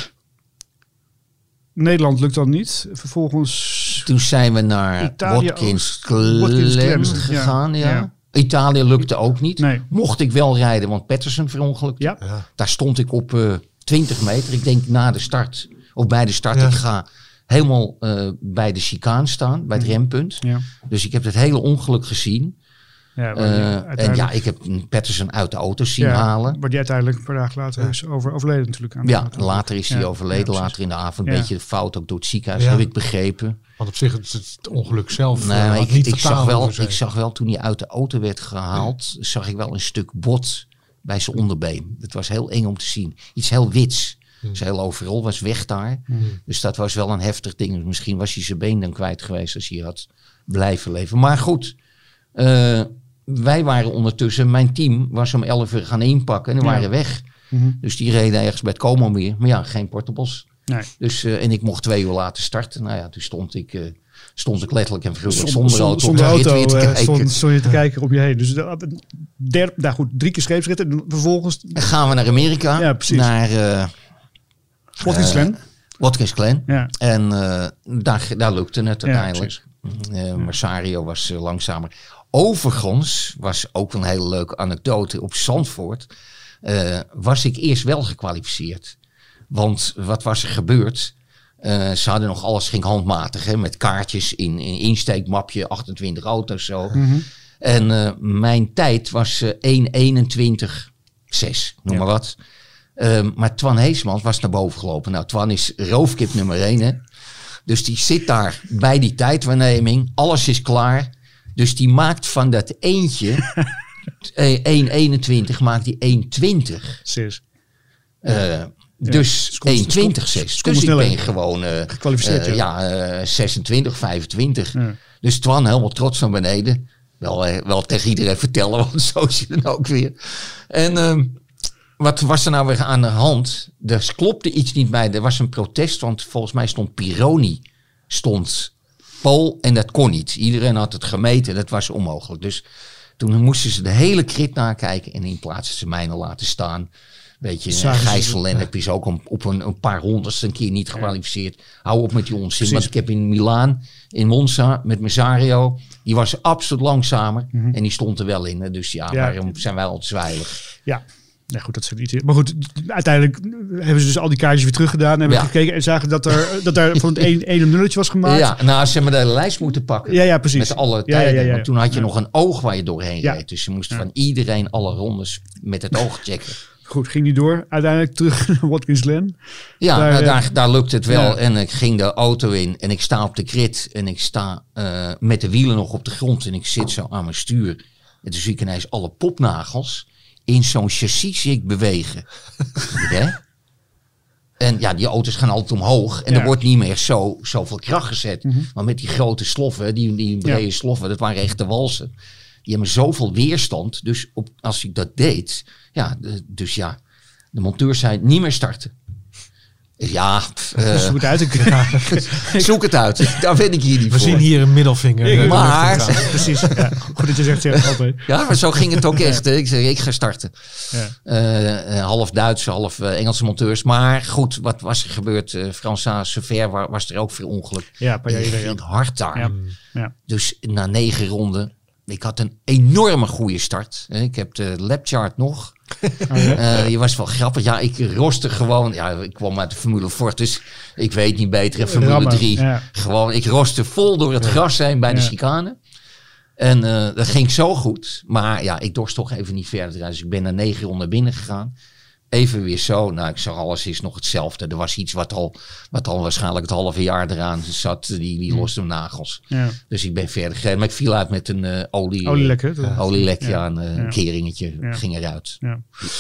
Speaker 2: Nederland lukt dan niet. Vervolgens
Speaker 3: Toen zijn we naar
Speaker 2: Italië,
Speaker 3: Watkins
Speaker 2: Oost- Watkins
Speaker 3: Glen
Speaker 2: Glen,
Speaker 3: gegaan. Ja.
Speaker 2: ja. Ja.
Speaker 3: Italië lukte ook niet.
Speaker 2: Nee.
Speaker 3: Mocht ik wel rijden, want Patterson verongelukte.
Speaker 2: Ja.
Speaker 4: Ja.
Speaker 3: Daar stond ik op uh, twintig meter. Ik denk na de start, of bij de start,
Speaker 4: Ja.
Speaker 3: ik ga helemaal uh, bij de chicane staan, bij het rempunt.
Speaker 2: Ja.
Speaker 3: Dus ik heb het hele ongeluk gezien.
Speaker 2: Ja,
Speaker 3: Uh,
Speaker 2: waar die
Speaker 3: en
Speaker 2: uiteindelijk-
Speaker 3: ja, ik heb Patterson uit de auto zien
Speaker 2: ja,
Speaker 3: halen.
Speaker 2: waar die uiteindelijk een paar dagen later is over, overleden natuurlijk. Aan de
Speaker 3: Ja,
Speaker 2: auto.
Speaker 3: later is hij
Speaker 2: Ja,
Speaker 3: overleden.
Speaker 2: ja, precies.
Speaker 3: later in de avond. Een
Speaker 2: Ja.
Speaker 3: beetje fout ook door het ziekenhuis,
Speaker 4: Ja.
Speaker 3: heb ik begrepen.
Speaker 4: Want op zich het, het ongeluk zelf
Speaker 3: Nee,
Speaker 4: uh,
Speaker 3: maar
Speaker 4: had
Speaker 3: ik,
Speaker 4: niet
Speaker 3: ik,
Speaker 4: fataal
Speaker 3: zag wel,
Speaker 4: hoeven zijn.
Speaker 3: ik zag wel toen hij uit de auto werd gehaald, zag ik wel een stuk bot bij zijn onderbeen. Het was heel eng om te zien. Iets heel wits. Zijn hele overal was weg daar. Dus dat was wel een heftig ding. Dus misschien was hij zijn been dan kwijt geweest als hij had blijven leven. Maar goed, uh, wij waren ondertussen, mijn team was om elf uur gaan inpakken en we
Speaker 2: Ja.
Speaker 3: waren weg.
Speaker 2: Mhm.
Speaker 3: Dus die reden ergens bij het Como weer. Maar ja, geen portables.
Speaker 2: Nee.
Speaker 3: Dus, uh, en ik mocht twee uur later starten. Nou ja, toen stond ik, uh, stond ik letterlijk en vrolijk
Speaker 2: Zonder,
Speaker 3: zonder auto,
Speaker 2: zonder
Speaker 3: op de rit
Speaker 2: auto
Speaker 3: weer te
Speaker 2: eh,
Speaker 3: kijken.
Speaker 2: stond, stond je te kijken om je heen. Dus de, der, nou goed, drie keer scheepsritten. En vervolgens
Speaker 3: Dan gaan we naar Amerika.
Speaker 2: Ja, precies.
Speaker 3: Naar uh,
Speaker 2: Watkins Glen.
Speaker 3: uh, Watkins Glen.
Speaker 2: Ja.
Speaker 3: En uh, daar, daar lukte het
Speaker 2: Ja,
Speaker 3: uiteindelijk. uh, Mersario was uh, langzamer. Overigens was ook een hele leuke anekdote. Op Zandvoort uh, was ik eerst wel gekwalificeerd. Want wat was er gebeurd? Uh, ze hadden nog alles ging handmatig. Hè, met kaartjes in een in insteekmapje. achtentwintig auto's zo.
Speaker 2: Mhm.
Speaker 3: En uh, mijn tijd was uh, één eenentwintig zes. Noem
Speaker 2: Ja.
Speaker 3: maar wat. Uh, maar Twan Heesman was naar boven gelopen. Nou, Twan is roofkip nummer één. Hè? Dus die zit daar bij die tijdwaarneming. Alles is klaar. Dus die maakt van dat eentje, één eenentwintig, maakt die één twintig.
Speaker 2: Zes.
Speaker 3: Uh, dus
Speaker 2: seconde-
Speaker 3: één twintig zes.
Speaker 2: seconde
Speaker 3: Dus ik ben
Speaker 2: sneller.
Speaker 3: gewoon uh,
Speaker 2: Gekwalificeerd,
Speaker 3: uh,
Speaker 2: ja.
Speaker 3: ja, uh, zesentwintig, vijfentwintig.
Speaker 2: Ja.
Speaker 3: Dus Twan helemaal trots naar beneden. Wel, uh, wel tegen iedereen vertellen, want zo is hij dan ook weer. En uh, wat was er nou weer aan de hand? Er klopte iets niet bij. Er was een protest, want volgens mij stond Pironi stond pole en dat kon niet. Iedereen had het gemeten, dat was onmogelijk. Dus toen moesten ze de hele crit nakijken en in plaats van ze mij nog laten staan, Weet je,
Speaker 2: Zagen ze-
Speaker 3: Gijselen heb je ze ook op, op een, een paar honderdste een keer niet gekwalificeerd. Hou op met die onzin.
Speaker 2: Precies.
Speaker 3: Want ik heb in Milaan, in Monza, met Messario, die was absoluut langzamer. En die stond er wel in. Hè. Dus ja,
Speaker 2: Ja.
Speaker 3: waarom zijn wij altijd zwijlig?
Speaker 2: Ja. Nee, goed, dat ze niet. Maar goed, uiteindelijk hebben ze dus al die kaartjes weer teruggedaan. En hebben
Speaker 3: Ja.
Speaker 2: gekeken en zagen dat er, dat er van het een, een een nulletje was gemaakt.
Speaker 3: Ja, nou, ze hebben de hele lijst moeten pakken.
Speaker 2: ja, ja, precies.
Speaker 3: Met alle
Speaker 2: Ja,
Speaker 3: tijden.
Speaker 2: ja, ja, ja.
Speaker 3: Want toen had je
Speaker 2: Ja.
Speaker 3: nog een oog waar je doorheen
Speaker 2: Ja.
Speaker 3: reed. Dus ze moesten
Speaker 2: Ja.
Speaker 3: van iedereen alle rondes met het oog checken.
Speaker 2: Goed, ging niet door. Uiteindelijk terug naar Watkins Glen.
Speaker 3: Ja,
Speaker 2: Daar,
Speaker 3: daar,
Speaker 2: eh,
Speaker 3: daar, daar lukt het wel.
Speaker 2: ja.
Speaker 3: En ik ging de auto in en ik sta op de grid. En ik sta uh, met de wielen nog op de grond. En ik zit zo aan mijn stuur. En toen zie ik ineens alle popnagels in zo'n chassis zie ik bewegen. Hè? En ja, die auto's gaan altijd omhoog. En
Speaker 2: Ja.
Speaker 3: er wordt niet meer zo, zoveel kracht gezet.
Speaker 2: Mhm.
Speaker 3: Maar met die grote sloffen, die, die brede
Speaker 2: Ja.
Speaker 3: sloffen, dat waren echte walsen. Die hebben zoveel weerstand. Dus op, als ik dat deed, ja, de, dus ja, de monteur zei niet meer starten. Ja, uh,
Speaker 2: Zoek het uit. Ik,
Speaker 3: zoek het uit. Daar ben ik hier niet
Speaker 4: We
Speaker 3: voor.
Speaker 4: zien hier een middelvinger.
Speaker 2: Ik-
Speaker 4: eh,
Speaker 3: maar-
Speaker 4: de lucht in gaan.
Speaker 2: precies. Ja, goed dat je zegt, zeg altijd.
Speaker 3: Ja, maar zo ging het ook echt. hè. Ik zei, ik ga starten.
Speaker 2: Ja.
Speaker 3: Uh, half Duitse, half uh, Engelse monteurs. Maar goed, wat was er gebeurd? Uh, François Sever wa- was er ook voor ongeluk.
Speaker 2: Ja, een paar jaar
Speaker 3: Die
Speaker 2: geleden,
Speaker 3: ging hard daar.
Speaker 2: Ja. Ja.
Speaker 3: Dus na negen ronden. Ik had een enorme goede start. Ik heb de lapchart nog.
Speaker 2: Oh, ja?
Speaker 3: Uh, je was wel grappig. Ja, ik roste gewoon. Ja, ik kwam uit de Formule Fortis. Ik weet niet beter in Formule
Speaker 2: Rammen,
Speaker 3: drie.
Speaker 2: ja.
Speaker 3: Gewoon, ik roste vol door het gras heen bij de
Speaker 2: Ja.
Speaker 3: chicane. En uh, dat ging zo goed. Maar ja, ik dorst toch even niet verder te rijden. Dus ik ben na negen ronden binnen gegaan. Even weer zo. Nou, ik zag alles is nog hetzelfde. Er was iets wat al, wat al waarschijnlijk het halve jaar eraan zat. Die, die loste nagels.
Speaker 2: Ja.
Speaker 3: Dus ik ben verder gereden. Maar ik viel uit met een uh, olie,
Speaker 2: Olielek, hè? Dat-
Speaker 3: olielekje
Speaker 2: Ja.
Speaker 3: aan. Uh,
Speaker 2: Ja.
Speaker 3: Een keringetje
Speaker 2: Ja.
Speaker 3: ging eruit.
Speaker 2: Ja.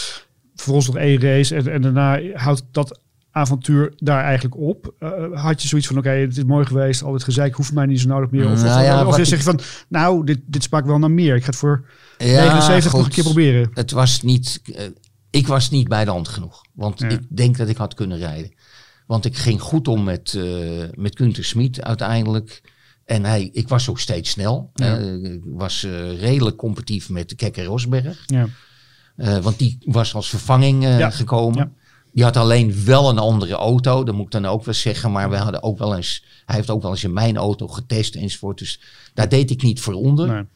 Speaker 2: Voor ons nog één race en, en daarna houdt dat avontuur daar eigenlijk op. Uh, had je zoiets van, oké, okay, het is mooi geweest, al dit gezeik hoeft mij niet zo nodig meer. Of,
Speaker 3: Nou
Speaker 2: of,
Speaker 3: ja,
Speaker 2: of,
Speaker 3: wat
Speaker 2: of zeg
Speaker 3: ik-
Speaker 2: je van, nou, dit, dit smaakt wel naar meer. Ik ga het voor
Speaker 3: Ja,
Speaker 2: negenenzeventig nog
Speaker 3: goed.
Speaker 2: een keer proberen.
Speaker 3: Het was niet, uh, ik was niet bij de hand genoeg. Want
Speaker 2: Ja.
Speaker 3: ik denk dat ik had kunnen rijden. Want ik ging goed om met, uh, met Günther Smit uiteindelijk. En hij, ik was ook steeds snel.
Speaker 2: Ja.
Speaker 3: Uh, ik was uh, redelijk competitief met de Kekker Rosberg.
Speaker 2: Ja.
Speaker 3: Uh, want die was als vervanging uh,
Speaker 2: Ja.
Speaker 3: gekomen.
Speaker 2: Ja.
Speaker 3: Die had alleen wel een andere auto. Dat moet ik dan ook wel zeggen. Maar we hadden ook wel eens, hij heeft ook wel eens in mijn auto getest enzovoort. Dus daar deed ik niet voor onder.
Speaker 2: Nee.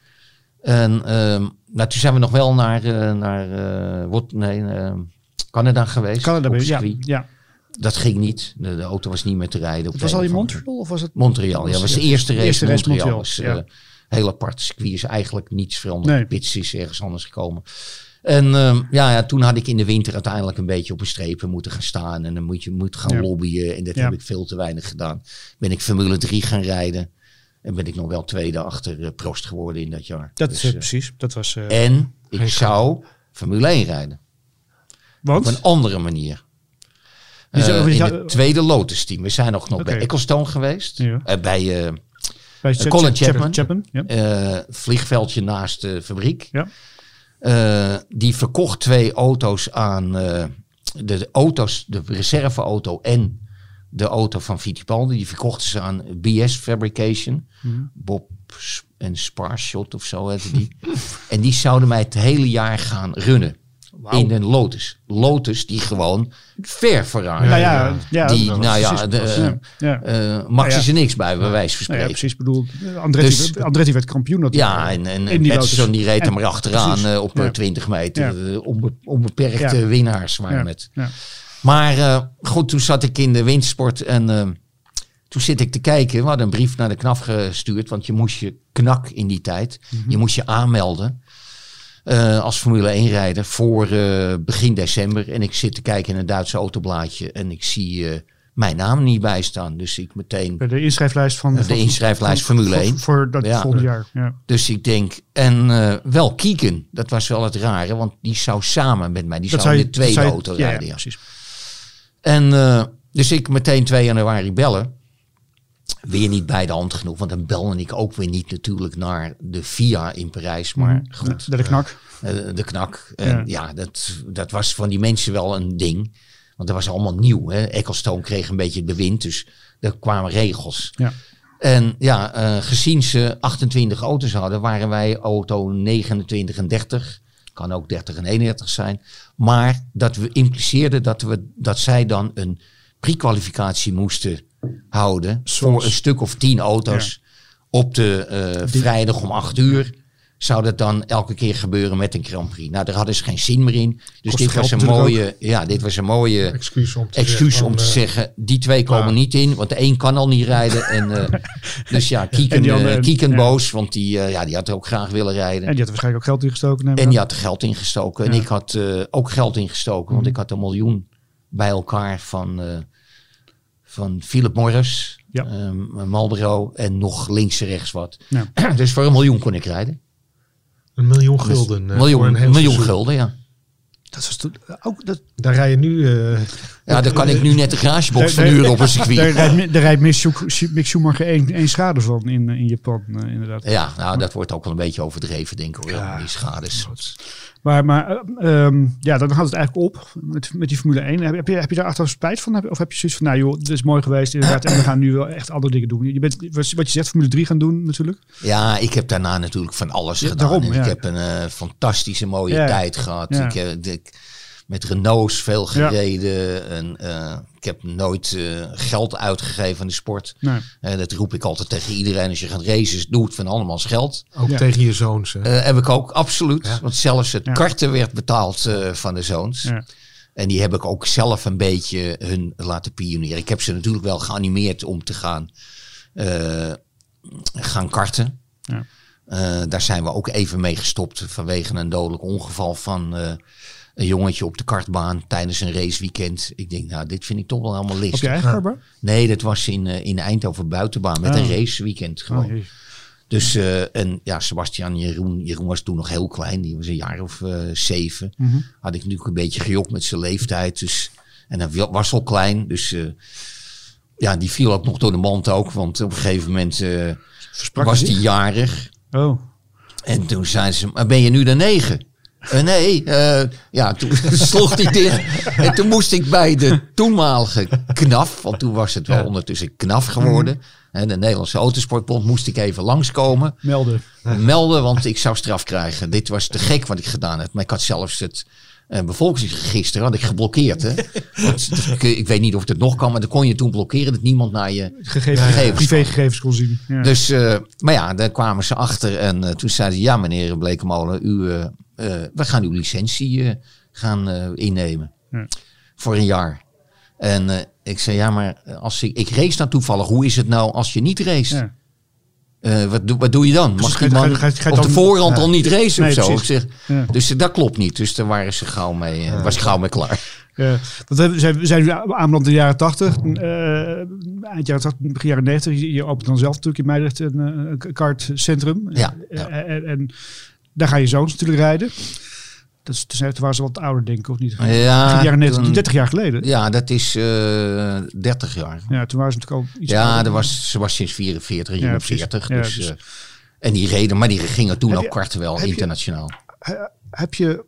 Speaker 3: En um, nou, toen zijn we nog wel naar, uh, naar uh, wat, nee, uh, Canada geweest.
Speaker 2: Canada,
Speaker 3: op
Speaker 2: ja,
Speaker 3: circuit.
Speaker 2: ja.
Speaker 3: Dat ging niet. De, de auto was niet meer te rijden. Op
Speaker 2: Het
Speaker 3: de
Speaker 2: was al
Speaker 3: een
Speaker 2: in
Speaker 3: of andere-
Speaker 2: Montreal of was het?
Speaker 3: Montreal, ja. Dat was de eerste race,
Speaker 2: eerste race
Speaker 3: Montreal.
Speaker 2: Montreal,
Speaker 3: Dus,
Speaker 2: ja.
Speaker 3: uh, heel apart. Circuit is eigenlijk niets veranderd.
Speaker 2: Nee.
Speaker 3: Pits is ergens anders gekomen. En um, ja, ja, toen had ik in de winter uiteindelijk een beetje op een strepen moeten gaan staan. En dan moet je moet gaan
Speaker 2: Ja.
Speaker 3: lobbyen. En dat
Speaker 2: Ja.
Speaker 3: heb ik veel te weinig gedaan. Ben ik Formule drie gaan rijden. En ben ik nog wel tweede achter uh, Prost geworden in dat jaar.
Speaker 2: Dat
Speaker 3: Dus,
Speaker 2: is
Speaker 3: uh,
Speaker 2: precies. Dat was. Uh,
Speaker 3: en ik zou Formule één rijden.
Speaker 2: want?
Speaker 3: Op een andere manier.
Speaker 2: Je zou-
Speaker 3: Uh,
Speaker 2: je
Speaker 3: in
Speaker 2: zou-
Speaker 3: het tweede Lotus team. We zijn ook nog
Speaker 2: Oké.
Speaker 3: bij Ecclestone geweest.
Speaker 2: Ja.
Speaker 3: Uh, bij uh,
Speaker 2: Bij
Speaker 3: uh, Colin Chapman.
Speaker 2: Chapman ja.
Speaker 3: uh, vliegveldje naast de fabriek.
Speaker 2: Ja.
Speaker 3: Uh, die verkocht twee auto's aan uh, de, de auto's, de reserveauto en de auto van Fittipaldi. Die verkochten ze aan B S Fabrication.
Speaker 2: Mhm.
Speaker 3: Bob S- en Sparshot of zo heette die. En die zouden mij het hele jaar gaan runnen.
Speaker 2: Wauw.
Speaker 3: In een Lotus. Lotus die gewoon ver Ferrari.
Speaker 2: Nou ja, ja,
Speaker 3: die,
Speaker 2: dat was
Speaker 3: nou ja,
Speaker 2: precies.
Speaker 3: de,
Speaker 2: Ja, ja.
Speaker 3: uh, Max
Speaker 2: Ja, ja.
Speaker 3: is er niks bij, bij wijze van
Speaker 2: Nou ja,
Speaker 3: spreken.
Speaker 2: precies. Ik bedoel, Andretti,
Speaker 3: Dus-
Speaker 2: Andretti werd kampioen natuurlijk.
Speaker 3: Ja, en, en,
Speaker 2: In
Speaker 3: en
Speaker 2: die
Speaker 3: Edson
Speaker 2: Lotus.
Speaker 3: die reed er
Speaker 2: En-
Speaker 3: maar achteraan
Speaker 2: precies.
Speaker 3: uh, op
Speaker 2: Ja.
Speaker 3: ja. twintig meter.
Speaker 2: Ja.
Speaker 3: Uh, onbe, onbeperkte
Speaker 2: Ja.
Speaker 3: winnaars waren
Speaker 2: Ja,
Speaker 3: het.
Speaker 2: ja.
Speaker 3: Maar uh, goed, toen zat ik in de wintersport en uh, toen zit ik te kijken. We hadden een brief naar de K N A F gestuurd, want je moest je knak in die tijd.
Speaker 2: Mhm.
Speaker 3: Je moest je aanmelden uh, als Formule één rijder voor uh, begin december. En ik zit te kijken in een Duitse autoblaadje en ik zie uh, mijn naam niet bij staan. Dus ik meteen...
Speaker 2: Bij de inschrijflijst van...
Speaker 3: De
Speaker 2: van-
Speaker 3: inschrijflijst
Speaker 2: van-
Speaker 3: Formule
Speaker 2: voor-
Speaker 3: één.
Speaker 2: Voor dat
Speaker 3: Ja.
Speaker 2: volgende jaar. Ja.
Speaker 3: Dus ik denk, en uh, wel Kieken, dat was wel het rare, want die zou samen met mij, die
Speaker 2: Dat
Speaker 3: zou in
Speaker 2: zou
Speaker 3: de
Speaker 2: je- dat
Speaker 3: tweede
Speaker 2: zou je-
Speaker 3: auto
Speaker 2: ja,
Speaker 3: rijden.
Speaker 2: Ja,
Speaker 3: Ja.
Speaker 2: precies.
Speaker 3: En uh, dus ik meteen twee januari bellen. Weer niet bij de hand genoeg, want dan belde ik ook weer niet natuurlijk naar de V I A in Parijs. Maar
Speaker 2: Mhm.
Speaker 3: goed,
Speaker 2: Bij de knak.
Speaker 3: uh, de knak.
Speaker 2: Ja.
Speaker 3: En ja, dat, dat was van die mensen wel een ding. Want dat was allemaal nieuw. Hè? Ecclestone kreeg een beetje het bewind, dus er kwamen regels.
Speaker 2: Ja.
Speaker 3: En ja, uh, gezien ze achtentwintig auto's hadden, waren wij auto negenentwintig en dertig. Kan ook dertig en eenendertig zijn. Maar dat we impliceerden dat, we, dat zij dan een pre-kwalificatie moesten houden.
Speaker 2: Zoals,
Speaker 3: voor een stuk of tien auto's. Ja. Op de uh, vrijdag om acht uur. Zou dat dan elke keer gebeuren met een Grand Prix. Nou, daar hadden ze geen zin meer in. Dus dit was, een mooie, ja, dit was een mooie
Speaker 4: excuus om te,
Speaker 3: excuus
Speaker 4: zeggen,
Speaker 3: om te
Speaker 4: uh,
Speaker 3: zeggen, die twee komen
Speaker 4: klaar.
Speaker 3: niet in. Want de een kan al niet rijden. En, uh, dus ja, Kieken,
Speaker 2: die andere,
Speaker 3: uh, Kieken
Speaker 2: ja.
Speaker 3: boos. Want die, uh, ja, die had er ook graag willen rijden.
Speaker 2: En die had er waarschijnlijk ook geld ingestoken. neem ik
Speaker 3: En
Speaker 2: aan.
Speaker 3: die had er geld ingestoken.
Speaker 2: Ja.
Speaker 3: En ik had uh, ook geld ingestoken. Want
Speaker 2: Mm-hmm.
Speaker 3: ik had een miljoen bij elkaar van, uh, van Philip Morris.
Speaker 2: Ja.
Speaker 3: Um, Marlboro. En nog links en rechts wat.
Speaker 2: Ja.
Speaker 3: Dus voor een miljoen kon ik rijden.
Speaker 4: Een miljoen gulden.
Speaker 3: Dus,
Speaker 4: uh,
Speaker 3: miljoen,
Speaker 4: voor een heel
Speaker 3: miljoen
Speaker 4: seizoen.
Speaker 3: gulden, ja.
Speaker 2: Dat was to- ook, dat,
Speaker 4: Daar rij je nu... Uh,
Speaker 3: Ja, dan kan ik nu net de garagebox
Speaker 2: Daar-
Speaker 3: verhuren op een
Speaker 2: daar
Speaker 3: circuit.
Speaker 2: rijdt, daar rijdt Mick Schu- Mick Schumacher één, één schade van in, in Japan, uh, inderdaad.
Speaker 3: Ja, nou, dat wordt ook wel een beetje overdreven, denk ik hoor.
Speaker 2: Ja.
Speaker 3: Die schades.
Speaker 2: Maar, maar uh, um, ja, dan gaat het eigenlijk op met, met die Formule één. Heb, heb, je, heb je daar achteraf spijt van? Heb, of heb je zoiets van, nou joh, dit is mooi geweest inderdaad. En we gaan nu wel echt andere dingen doen. Je bent, wat je zegt, Formule drie gaan doen natuurlijk.
Speaker 3: Ja, ik heb daarna natuurlijk van alles
Speaker 2: Ja,
Speaker 3: gedaan.
Speaker 2: daarom,
Speaker 3: en
Speaker 2: ja.
Speaker 3: ik heb een uh, fantastische mooie
Speaker 2: Ja.
Speaker 3: tijd gehad.
Speaker 2: Ja.
Speaker 3: Ik heb de, met Renaults veel
Speaker 2: Ja.
Speaker 3: gereden. En, uh, ik heb nooit uh, geld uitgegeven aan de sport.
Speaker 2: Nee.
Speaker 3: Uh, dat roep ik altijd tegen iedereen. Als je gaat racen, doe het van allemaal geld.
Speaker 4: ook
Speaker 2: Ja.
Speaker 4: tegen je zoons. Hè?
Speaker 3: Uh, heb ik ook, absoluut.
Speaker 4: Ja.
Speaker 3: Want zelfs het
Speaker 2: Ja.
Speaker 3: karten werd betaald uh, van de zoons.
Speaker 2: Ja.
Speaker 3: En die heb ik ook zelf een beetje hun laten pioneren. Ik heb ze natuurlijk wel geanimeerd om te gaan, uh, gaan karten.
Speaker 2: Ja.
Speaker 3: Uh, daar zijn we ook even mee gestopt vanwege een dodelijk ongeval van uh, een jongetje op de kartbaan tijdens een raceweekend. Ik denk, nou, dit vind ik toch wel helemaal
Speaker 2: Op je
Speaker 3: listig.
Speaker 2: eigen Garber?
Speaker 3: Nee, dat was in, uh, in Eindhoven buitenbaan met
Speaker 2: Oh.
Speaker 3: een raceweekend gewoon.
Speaker 2: Oh, jee.
Speaker 3: Dus, uh, en ja, Sebastian Jeroen, Jeroen was toen nog heel klein. Die was een jaar of uh, zeven.
Speaker 2: Mhm.
Speaker 3: Had ik natuurlijk een beetje gejokt met zijn leeftijd. Dus, en hij was al klein. Dus uh, ja, die viel ook nog door de mand ook. Want op een gegeven moment uh,
Speaker 2: Versprak
Speaker 3: was
Speaker 2: hij
Speaker 3: hij
Speaker 2: zich?
Speaker 3: jarig.
Speaker 2: Oh.
Speaker 3: En toen zeiden ze, maar ben je nu de negen? Uh, nee, uh, ja, toen sloeg hij dicht. En toen moest ik bij de toenmalige knaf, want toen was het wel
Speaker 4: Ja.
Speaker 3: ondertussen knaf geworden. En de Nederlandse Autosportbond moest ik even langskomen.
Speaker 2: Melden.
Speaker 3: Melden, want ik zou straf krijgen. Dit was te gek wat ik gedaan heb. Maar ik had zelfs het uh, bevolkingsregister had ik geblokkeerd. Hè? Want, ik, ik weet niet of het nog kan, maar dan kon je toen blokkeren dat niemand naar je
Speaker 2: Gegevens,
Speaker 3: gegevens
Speaker 2: privégegevens kon zien. Ja.
Speaker 3: Dus, uh, maar ja, daar kwamen ze achter. En uh, toen zeiden ze, ja meneer Blekemolen, u, uh, uh, we gaan uw licentie uh, gaan uh, innemen.
Speaker 2: Ja.
Speaker 3: Voor een jaar. En uh, ik zei, ja maar als ik, ik race nou toevallig. Hoe is het nou als je niet race?
Speaker 2: Ja.
Speaker 3: Uh, wat, doe, wat doe je dan?
Speaker 2: Precies,
Speaker 3: Mag die
Speaker 2: ga je-
Speaker 3: man
Speaker 2: ga je- ga je
Speaker 3: op de
Speaker 2: dan-
Speaker 3: voorhand
Speaker 2: ja.
Speaker 3: al niet racen
Speaker 2: Nee,
Speaker 3: of zo? Ik
Speaker 2: precies.
Speaker 3: zeg,
Speaker 2: Ja.
Speaker 3: dus uh, dat klopt niet. Dus daar waren ze gauw mee, uh, was ik gauw mee klaar.
Speaker 2: Ja, want we zijn, we zijn nu aanbeland in de jaren tachtig. Uh, eind jaren tachtig, begin jaren negentig. Je, je opent dan zelf natuurlijk in Meidrecht een, uh, een kartcentrum.
Speaker 3: Ja,
Speaker 2: Uh,
Speaker 3: ja.
Speaker 2: En, en daar ga je zoons natuurlijk rijden. Dat is, toen waren ze wat ouder, denk ik, of niet?
Speaker 3: Ja,
Speaker 2: Begin jaren negentig,
Speaker 3: toen-
Speaker 2: dertig jaar geleden. Ja.
Speaker 3: Ja, dat is uh, dertig jaar.
Speaker 2: Toen waren ze natuurlijk al iets
Speaker 3: Ja,
Speaker 2: ouder.
Speaker 3: er was Sebastian vierenveertig,
Speaker 2: Ja,
Speaker 3: Jeroen
Speaker 2: precies.
Speaker 3: veertig.
Speaker 2: Ja,
Speaker 3: Dus,
Speaker 2: dus-
Speaker 3: uh, en die reden, maar die gingen toen
Speaker 2: Heb
Speaker 3: ook
Speaker 2: je-
Speaker 3: karten wel
Speaker 2: heb je-
Speaker 3: internationaal.
Speaker 2: He- Heb je,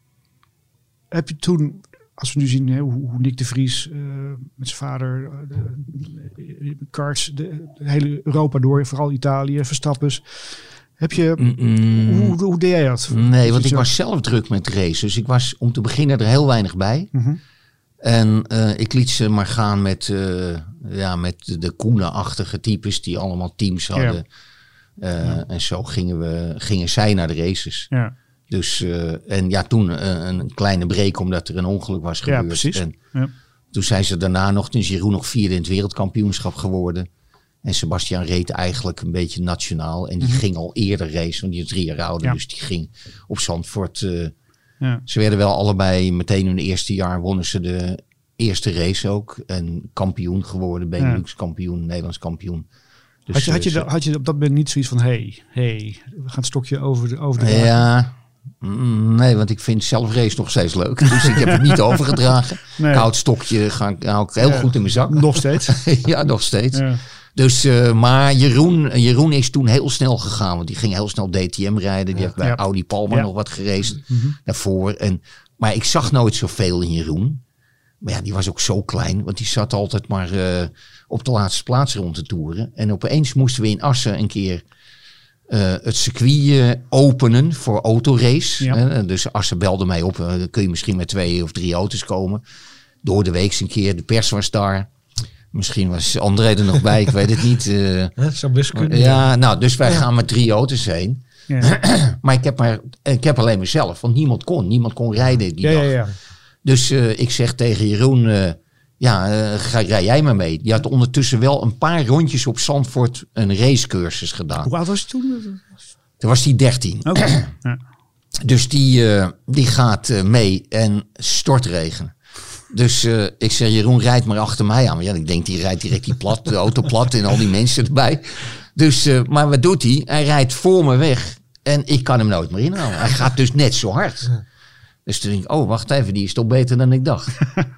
Speaker 2: heb je toen, als we nu zien hè, hoe, hoe Nick de Vries uh, met zijn vader, uh, de, de karts, de, de hele Europa door, vooral Italië, Verstappers. Heb je,
Speaker 3: Mm-mm.
Speaker 2: hoe, hoe deed jij dat?
Speaker 3: Nee, want ik
Speaker 2: Zo-
Speaker 3: was zelf druk met race. Dus ik was om te beginnen er heel weinig bij.
Speaker 2: Mhm.
Speaker 3: En uh, ik liet ze maar gaan met, uh, ja, met de Koenen-achtige types die allemaal teams hadden. Uh,
Speaker 2: Ja.
Speaker 3: En zo gingen, we, gingen zij naar de races.
Speaker 2: Ja,
Speaker 3: Dus, uh, en ja, toen uh, een kleine break omdat er een ongeluk was
Speaker 2: ja
Speaker 3: gebeurd.
Speaker 2: precies.
Speaker 3: En
Speaker 2: Ja.
Speaker 3: toen zijn ze daarna nog, toen is Jeroen nog vierde in het wereldkampioenschap geworden. En Sebastian reed eigenlijk een beetje nationaal. En die
Speaker 2: Mhm.
Speaker 3: ging al eerder racen, want die is drie jaar ouder.
Speaker 2: Ja.
Speaker 3: Dus die ging op Zandvoort. Uh,
Speaker 2: Ja.
Speaker 3: ze werden wel allebei, meteen in het eerste jaar wonnen ze de eerste race ook. En kampioen geworden, Benelux kampioen, Nederlands kampioen. Dus,
Speaker 2: Had je, had, je,
Speaker 3: uh,
Speaker 2: da- had je op dat moment niet zoiets van, hey, hey, we gaan het stokje over de, over de wagen?
Speaker 3: Ja, mm, nee, want ik vind zelf race nog steeds leuk. Dus ik heb het niet overgedragen.
Speaker 2: Nee.
Speaker 3: Ik hou het stokje ga ik, hou ik heel
Speaker 2: Ja.
Speaker 3: goed in mijn zak.
Speaker 2: Nog steeds.
Speaker 3: Ja, nog steeds.
Speaker 2: Ja.
Speaker 3: Dus, uh, maar Jeroen, Jeroen is toen heel snel gegaan. Want die ging heel snel D T M rijden. Die heeft bij
Speaker 2: Ja.
Speaker 3: Audi Palma
Speaker 2: Ja.
Speaker 3: nog wat geraced
Speaker 2: Mhm.
Speaker 3: daarvoor. En, maar ik zag nooit zoveel in Jeroen. Maar ja, die was ook zo klein. Want die zat altijd maar uh, op de laatste plaats rond te toeren. En opeens moesten we in Assen een keer uh, het circuit uh, openen voor autorace.
Speaker 2: Ja.
Speaker 3: Hè? Dus Assen belde mij op, uh, dan kun je misschien met twee of drie auto's komen. Door de week een keer, de pers was daar. Misschien was André er nog bij, ik weet het niet. Uh,
Speaker 4: Dat zou best kunnen.
Speaker 3: ja, nou, dus wij gaan met drie auto's heen.
Speaker 2: Ja.
Speaker 3: Maar ik heb, maar ik heb alleen mezelf, want niemand kon. Niemand kon rijden die
Speaker 2: Ja,
Speaker 3: dag.
Speaker 2: ja, ja.
Speaker 3: Dus uh, ik zeg tegen Jeroen, uh, ja, uh, ga, rij jij maar mee. Die had ondertussen wel een paar rondjes op Zandvoort een racecursus gedaan.
Speaker 2: Hoe oud was je toen?
Speaker 3: Toen was hij dertien.
Speaker 2: Oké. Ja.
Speaker 3: Dus die, uh, die gaat uh, mee en stortregen. Dus uh, ik zeg, Jeroen, rijd maar achter mij aan. Maar ja, ik denk, die rijdt direct die plat, de auto plat en al die mensen erbij. Dus, uh, maar wat doet hij? Hij rijdt voor me weg en ik kan hem nooit meer inhalen. Hij gaat dus net zo hard. Dus toen denk ik, oh, wacht even, die is toch beter dan ik dacht.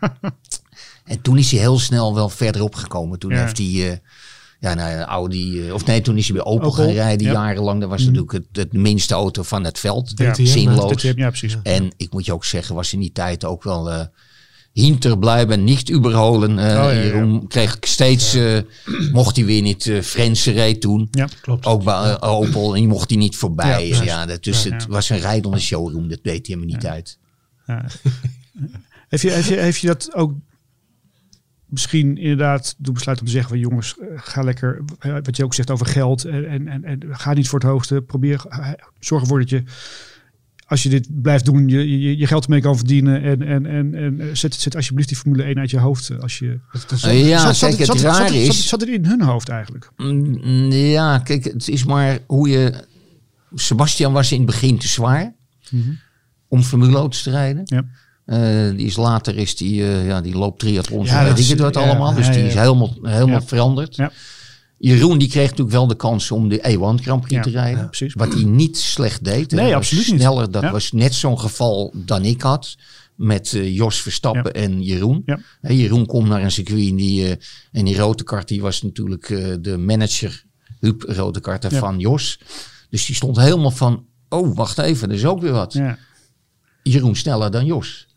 Speaker 3: En toen is hij heel snel wel verderop gekomen. Toen
Speaker 2: Ja.
Speaker 3: heeft hij, uh, ja, nou, een Audi, uh, of nee, toen is hij bij Opel,
Speaker 2: Opel,
Speaker 3: gaan rijden
Speaker 2: ja.
Speaker 3: jarenlang. Dat was
Speaker 2: Mm.
Speaker 3: natuurlijk het, het minste auto van het veld.
Speaker 2: Ja.
Speaker 4: D T M,
Speaker 3: Zinloos.
Speaker 2: Ja, precies.
Speaker 3: En ik moet je ook zeggen, was in die tijd ook wel uh, hinterblijven, niet überholen. Uh,
Speaker 2: Oh, ja, ja.
Speaker 3: Jeroen kreeg ik steeds, uh, mocht hij weer niet, uh, Frense reed toen.
Speaker 2: Ja.
Speaker 4: Klopt.
Speaker 3: Ook bij uh, Opel, en die mocht hij niet voorbij.
Speaker 2: Ja,
Speaker 3: Ja,
Speaker 2: precies.
Speaker 3: ja, dat, dus
Speaker 2: Ja,
Speaker 3: het
Speaker 2: ja.
Speaker 3: was een rijdende showroom, dat deed hij helemaal niet uit.
Speaker 2: Ja. Heeft je, heeft, je, heeft je dat ook misschien inderdaad doen besluit om te zeggen van jongens, eh, ga lekker, eh, wat je ook zegt over geld en, en, en, en ga niet voor het hoogste. Probeer, eh, zorg ervoor dat je, als je dit blijft doen, je, je, je geld ermee kan verdienen en, en, en, en eh, zet, zet alsjeblieft die Formule één uit je hoofd. eh, Als je,
Speaker 4: Dat is-
Speaker 3: Uh, ja,
Speaker 2: zat, zat,
Speaker 3: kijk,
Speaker 2: zat,
Speaker 3: het
Speaker 2: zat,
Speaker 3: raar
Speaker 2: zat,
Speaker 3: is...
Speaker 2: zat, zat het in hun hoofd eigenlijk?
Speaker 3: Mm, ja, kijk, het is maar hoe je... Sebastian was in het begin te zwaar
Speaker 2: Mm-hmm.
Speaker 3: om Formule auto's te rijden.
Speaker 2: Ja.
Speaker 3: Uh, die is later is die, uh, ja, die loopt triathlons,
Speaker 2: Ja,
Speaker 3: ja, weet
Speaker 2: dat
Speaker 3: ik
Speaker 2: is-
Speaker 3: het wat
Speaker 2: ja,
Speaker 3: allemaal. Dus
Speaker 2: ja,
Speaker 3: die
Speaker 2: ja.
Speaker 3: is helemaal, helemaal
Speaker 2: Ja.
Speaker 3: veranderd.
Speaker 2: Ja.
Speaker 3: Jeroen die kreeg natuurlijk wel de kans om de E één Grand Prix
Speaker 2: Ja,
Speaker 3: te rijden.
Speaker 2: ja, precies.
Speaker 3: Wat hij niet slecht deed.
Speaker 2: Nee,
Speaker 3: Hij was
Speaker 2: absoluut niet.
Speaker 3: sneller, dat
Speaker 2: Ja.
Speaker 3: was net zo'n geval dan ik had. Met uh, Jos Verstappen en Jeroen.
Speaker 2: Ja.
Speaker 3: He, Jeroen komt naar een circuit en die, uh, en die Rotekart die was natuurlijk uh, de manager, Huub Rotekart
Speaker 2: Ja.
Speaker 3: van Jos. Dus die stond helemaal van, oh wacht even, er is ook weer wat.
Speaker 2: Ja.
Speaker 3: Jeroen sneller dan Jos.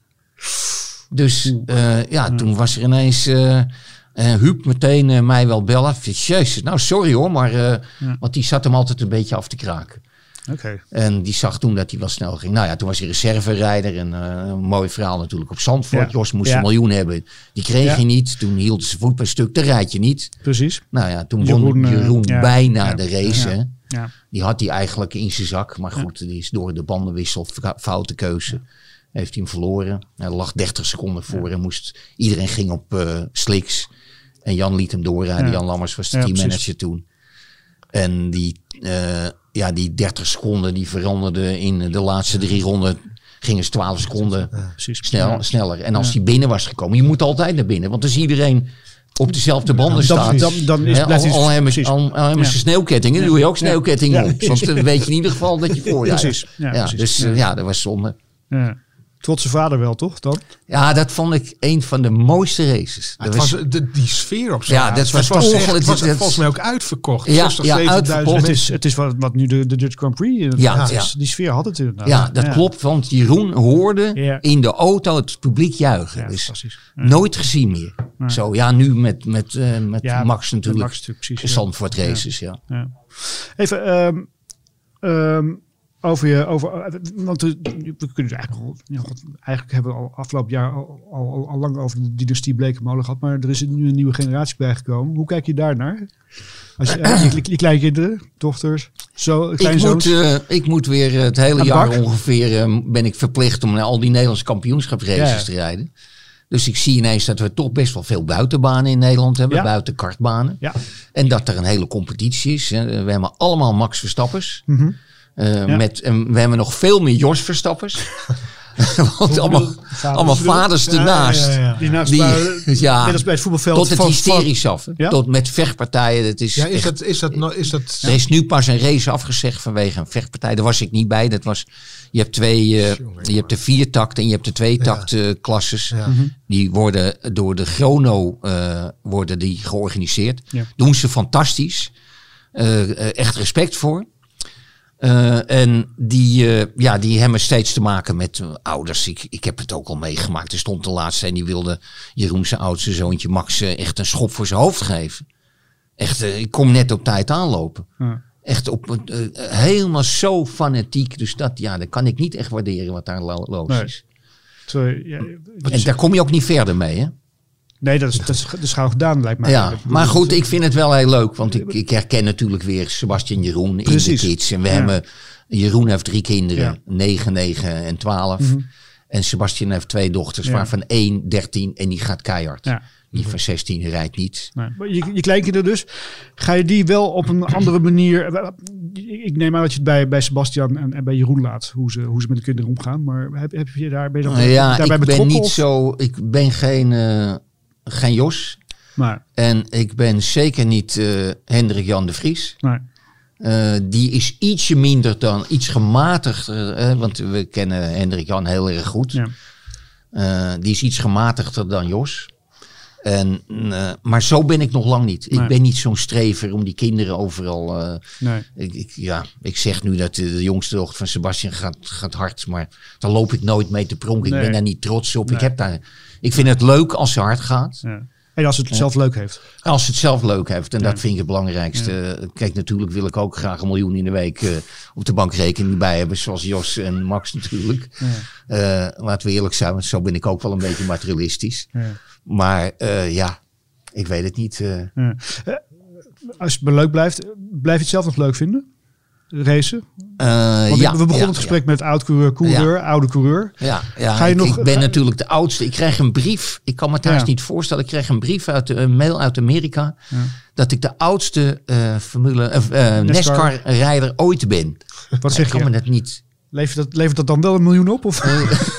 Speaker 3: Dus uh, ja, toen was er ineens uh, uh, Huub meteen uh, mij wel bellen. Jezus, nou sorry hoor, maar uh,
Speaker 2: Ja.
Speaker 3: want die zat hem altijd een beetje af te kraken.
Speaker 2: Oké.
Speaker 3: En die zag toen dat hij wel snel ging. Nou ja, toen was hij reserverijder en uh, een mooi verhaal natuurlijk op Zandvoort.
Speaker 2: Ja.
Speaker 3: Jos moest
Speaker 2: Ja.
Speaker 3: een miljoen hebben. Die kreeg
Speaker 2: Ja.
Speaker 3: hij niet. Toen hield ze voet per stuk. Dan rijd je niet.
Speaker 2: Precies.
Speaker 3: Nou ja, toen
Speaker 2: Jeroen,
Speaker 3: won
Speaker 2: uh,
Speaker 3: Jeroen
Speaker 2: ja.
Speaker 3: bijna
Speaker 2: Ja.
Speaker 3: de race.
Speaker 2: Ja.
Speaker 3: Hè.
Speaker 2: Ja.
Speaker 3: Die had hij eigenlijk in zijn zak. Maar goed, die is door de bandenwissel, foute keuze, heeft hij hem verloren. Hij lag dertig seconden voor en moest, iedereen ging op uh, slicks. En Jan liet hem doorrijden.
Speaker 2: Ja.
Speaker 3: Jan Lammers was de
Speaker 2: Ja,
Speaker 3: teammanager toen. En die, uh, ja, die dertig seconden die veranderden in de laatste drie ronden. Gingen ze twaalf seconden
Speaker 2: Precies.
Speaker 3: snel,
Speaker 2: Ja.
Speaker 3: sneller. En als
Speaker 2: Ja.
Speaker 3: hij binnen was gekomen, je moet altijd naar binnen. Want als iedereen op dezelfde banden
Speaker 2: Dan-
Speaker 3: staat.
Speaker 2: dan- dan is-
Speaker 3: hè,
Speaker 2: blijft
Speaker 3: al,
Speaker 2: iets-
Speaker 3: al hebben ze
Speaker 2: precies.
Speaker 3: al, al hebben ze
Speaker 2: Ja.
Speaker 3: sneeuwkettingen, dan doe je ook sneeuwkettingen
Speaker 2: Ja.
Speaker 3: op. Want dan weet je in ieder geval dat je voorrijdt.
Speaker 2: Precies. Ja,
Speaker 3: Ja,
Speaker 2: precies.
Speaker 3: dus
Speaker 2: Ja.
Speaker 3: uh, ja, dat was zonde.
Speaker 2: Ja. Trotse vader wel, toch? Dan?
Speaker 3: Ja, dat vond ik een van de mooiste races.
Speaker 4: Het
Speaker 3: Dat
Speaker 4: was, de, die sfeer op zo'n
Speaker 3: Ja,
Speaker 4: avond.
Speaker 3: dat was
Speaker 4: het was, echt,
Speaker 3: ongelooflijk.
Speaker 4: het was
Speaker 3: Dat-
Speaker 4: volgens mij ook uitverkocht.
Speaker 3: Ja,
Speaker 4: zestig,
Speaker 3: ja,
Speaker 4: zeventigduizend
Speaker 3: uitverkocht.
Speaker 2: Het is,
Speaker 4: mensen.
Speaker 2: het is wat, wat nu de, de Dutch Grand Prix inderdaad
Speaker 3: Ja,
Speaker 2: is.
Speaker 3: ja.
Speaker 2: Die sfeer had het inderdaad.
Speaker 3: ja, dat klopt. Want Jeroen hoorde
Speaker 2: Ja.
Speaker 3: in de auto het publiek juichen.
Speaker 2: Ja,
Speaker 3: dus
Speaker 2: fantastisch. Ja.
Speaker 3: nooit gezien meer.
Speaker 2: Nee.
Speaker 3: Zo, ja, nu met, met, uh, met
Speaker 2: Ja,
Speaker 3: Max
Speaker 2: met
Speaker 3: natuurlijk.
Speaker 2: Max natuurlijk, precies,
Speaker 3: De
Speaker 2: ja.
Speaker 3: Zandvoort races, ja.
Speaker 2: Ja. Even ehm, ehm, over je, over, want we we kunnen het eigenlijk, al- ja, want eigenlijk hebben we al afgelopen jaar al, al, al, al lang over de dynastie Blekenmolen gehad, maar er is nu een nieuwe generatie bijgekomen. Hoe kijk je daar naar? Als je, eh, je, je kleinkinderen, dochters, zo,
Speaker 3: Ik
Speaker 2: kleinzoons.
Speaker 3: moet, uh, ik moet weer uh, het hele
Speaker 2: Aan de
Speaker 3: jaar
Speaker 2: bak?
Speaker 3: ongeveer uh, ben ik verplicht om naar al die Nederlandse kampioenschapsraces
Speaker 2: Ja, ja.
Speaker 3: te rijden. Dus ik zie ineens dat we toch best wel veel buitenbanen in Nederland hebben.
Speaker 2: Ja.
Speaker 3: Buiten kartbanen.
Speaker 2: Ja.
Speaker 3: En dat er een hele competitie is. Hè. We hebben allemaal Max Verstappers.
Speaker 2: Mhm.
Speaker 3: Uh,
Speaker 2: Ja.
Speaker 3: met, en we hebben nog veel meer Jos Verstappers. Want allemaal, allemaal vaders ernaast.
Speaker 4: Ja, ja, ja.
Speaker 2: Die naast
Speaker 3: Die-
Speaker 2: bij,
Speaker 3: ja,
Speaker 2: net als bij het voetbalveld.
Speaker 3: tot het
Speaker 2: van-
Speaker 3: hysterisch af. hè.
Speaker 2: Ja?
Speaker 3: Tot met vechtpartijen. Dat is
Speaker 4: Ja, is
Speaker 3: echt-
Speaker 4: dat, is dat, nou- is dat,
Speaker 3: er is nu pas een race afgezegd vanwege een vechtpartij. Daar was ik niet bij. Dat was, je hebt twee, uh, je hebt de viertakt en je hebt de tweetakt uh, klasses.
Speaker 4: Ja.
Speaker 2: Mhm.
Speaker 3: Die worden door de Chrono uh, worden die georganiseerd.
Speaker 2: Ja.
Speaker 3: Doen ze fantastisch. Uh, uh, echt respect voor. Uh, en die, uh, ja, die hebben steeds te maken met uh, ouders. Ik, ik heb het ook al meegemaakt. Er stond de laatste en die wilde Jeroen zijn oudste zoontje Max uh, echt een schop voor zijn hoofd geven. Echt, uh, ik kom net op tijd aanlopen.
Speaker 2: Ja.
Speaker 3: echt op uh, helemaal zo fanatiek. Dus dat, ja, dat kan ik niet echt waarderen wat daar lo- los
Speaker 2: Nee.
Speaker 3: is.
Speaker 2: Terwijl, ja, wat
Speaker 3: En
Speaker 2: je-
Speaker 3: daar kom je ook niet verder mee, hè?
Speaker 2: nee, dat is, dat is, dat is gauw gedaan, lijkt mij.
Speaker 3: Ja,
Speaker 2: Ik bedoel,
Speaker 3: maar goed,
Speaker 2: dat-
Speaker 3: ik vind het wel heel leuk. Want ik, ik herken natuurlijk weer Sebastian Jeroen in
Speaker 2: Precies.
Speaker 3: de kids. En we
Speaker 2: Ja.
Speaker 3: hebben... Jeroen heeft drie kinderen.
Speaker 2: Ja.
Speaker 3: negen, negen en twaalf.
Speaker 2: Mhm.
Speaker 3: En Sebastian heeft twee dochters.
Speaker 2: Ja.
Speaker 3: Waarvan één, dertien. En die gaat keihard.
Speaker 2: Ja.
Speaker 3: Die van zestien rijdt niet.
Speaker 2: Nee. Maar Je, je kleinkinderen dus, ga je die wel op een andere manier... Ik neem aan dat je het bij, bij Sebastian en, en bij Jeroen laat, hoe ze, hoe ze met de kinderen omgaan. Maar heb, heb je daar, ben je dan
Speaker 3: Nou ja,
Speaker 2: daarbij
Speaker 3: ik ben
Speaker 2: betrokken?
Speaker 3: niet
Speaker 2: of-
Speaker 3: zo... Ik ben geen, uh, geen Jos.
Speaker 2: Maar,
Speaker 3: En ik ben zeker niet uh, Hendrik Jan de Vries.
Speaker 2: nee.
Speaker 3: Uh, die is ietsje minder dan, iets gematigder. Uh, want we kennen Hendrik Jan heel erg goed.
Speaker 2: Ja.
Speaker 3: Uh, die is iets gematigder dan Jos. En, uh, maar zo ben ik nog lang niet.
Speaker 2: Nee.
Speaker 3: Ik ben niet zo'n strever om die kinderen overal... Uh,
Speaker 2: Nee.
Speaker 3: ik, ik, ja, ik zeg nu dat de, de jongste dochter van Sebastian gaat, gaat hard. Maar daar loop ik nooit mee te pronken.
Speaker 2: Nee.
Speaker 3: Ik ben daar niet trots op.
Speaker 2: Nee.
Speaker 3: Ik, heb daar, ik vind het leuk als ze hard gaat.
Speaker 2: Ja. En als het zelf leuk heeft.
Speaker 3: Als ze het zelf leuk heeft. En
Speaker 2: Ja.
Speaker 3: dat vind ik het belangrijkste. Ja. Kijk, natuurlijk wil ik ook graag een miljoen in de week uh, op de bankrekening bij hebben. Zoals Jos en Max natuurlijk. Ja. Uh, laten we eerlijk zijn. Want zo ben ik ook wel een beetje materialistisch. Ja. Maar uh, ja, ik weet het niet. Uh.
Speaker 2: Ja. Uh, als het leuk blijft, blijf je het zelf nog leuk vinden? Racen?
Speaker 3: Uh,
Speaker 2: Want
Speaker 3: ja,
Speaker 2: we begonnen
Speaker 3: ja,
Speaker 2: het gesprek
Speaker 3: ja.
Speaker 2: met oud-coureur, coureur,
Speaker 3: ja.
Speaker 2: oude coureur.
Speaker 3: Ja, ja
Speaker 2: Ga je
Speaker 3: ik,
Speaker 2: nog,
Speaker 3: ik ben
Speaker 2: ga...
Speaker 3: natuurlijk de oudste. Ik kreeg een brief. Ik kan me thuis
Speaker 2: ja.
Speaker 3: niet voorstellen. Ik kreeg een brief uit de, een mail uit Amerika. Ja. Dat ik de oudste uh, Formule, uh, NASCAR-rijder ooit ben.
Speaker 2: Wat zeg
Speaker 3: ik kan
Speaker 2: je?
Speaker 3: me dat niet...
Speaker 2: Levert dat, levert dat dan wel een miljoen op? Of?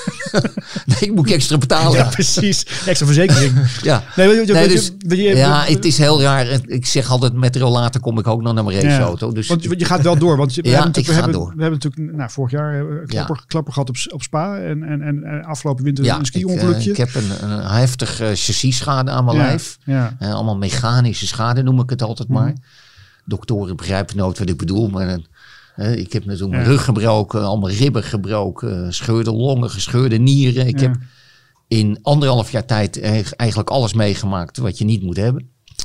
Speaker 3: Nee, ik moet extra betalen.
Speaker 2: Ja, precies. Extra verzekering.
Speaker 3: Ja,
Speaker 2: nee, weet je,
Speaker 3: nee,
Speaker 2: weet
Speaker 3: dus,
Speaker 2: je, weet je,
Speaker 3: ja het is heel raar. Ik zeg altijd, met rollator kom ik ook nog naar mijn raceauto.
Speaker 2: Ja,
Speaker 3: dus
Speaker 2: want je, je gaat wel door. Want je, we
Speaker 3: ja,
Speaker 2: hebben
Speaker 3: ik
Speaker 2: we
Speaker 3: ga
Speaker 2: hebben,
Speaker 3: door.
Speaker 2: We hebben natuurlijk nou, vorig jaar uh, klapper, ja. klapper gehad op, op Spa. En, en, en afgelopen winter
Speaker 3: ja,
Speaker 2: een ski-ongelukje.
Speaker 3: Ik, uh, ik heb een, een heftig uh, chassis-schade aan mijn
Speaker 2: ja,
Speaker 3: lijf.
Speaker 2: Ja.
Speaker 3: Uh, allemaal mechanische schade noem ik het altijd maar. Mm. Doktoren begrijpen nooit wat ik bedoel. Maar uh, uh, ik heb natuurlijk mijn ja. rug gebroken. Allemaal ribben gebroken. Gescheurde longen, gescheurde nieren. Ik ja. heb in anderhalf jaar tijd eigenlijk alles meegemaakt wat je niet moet hebben.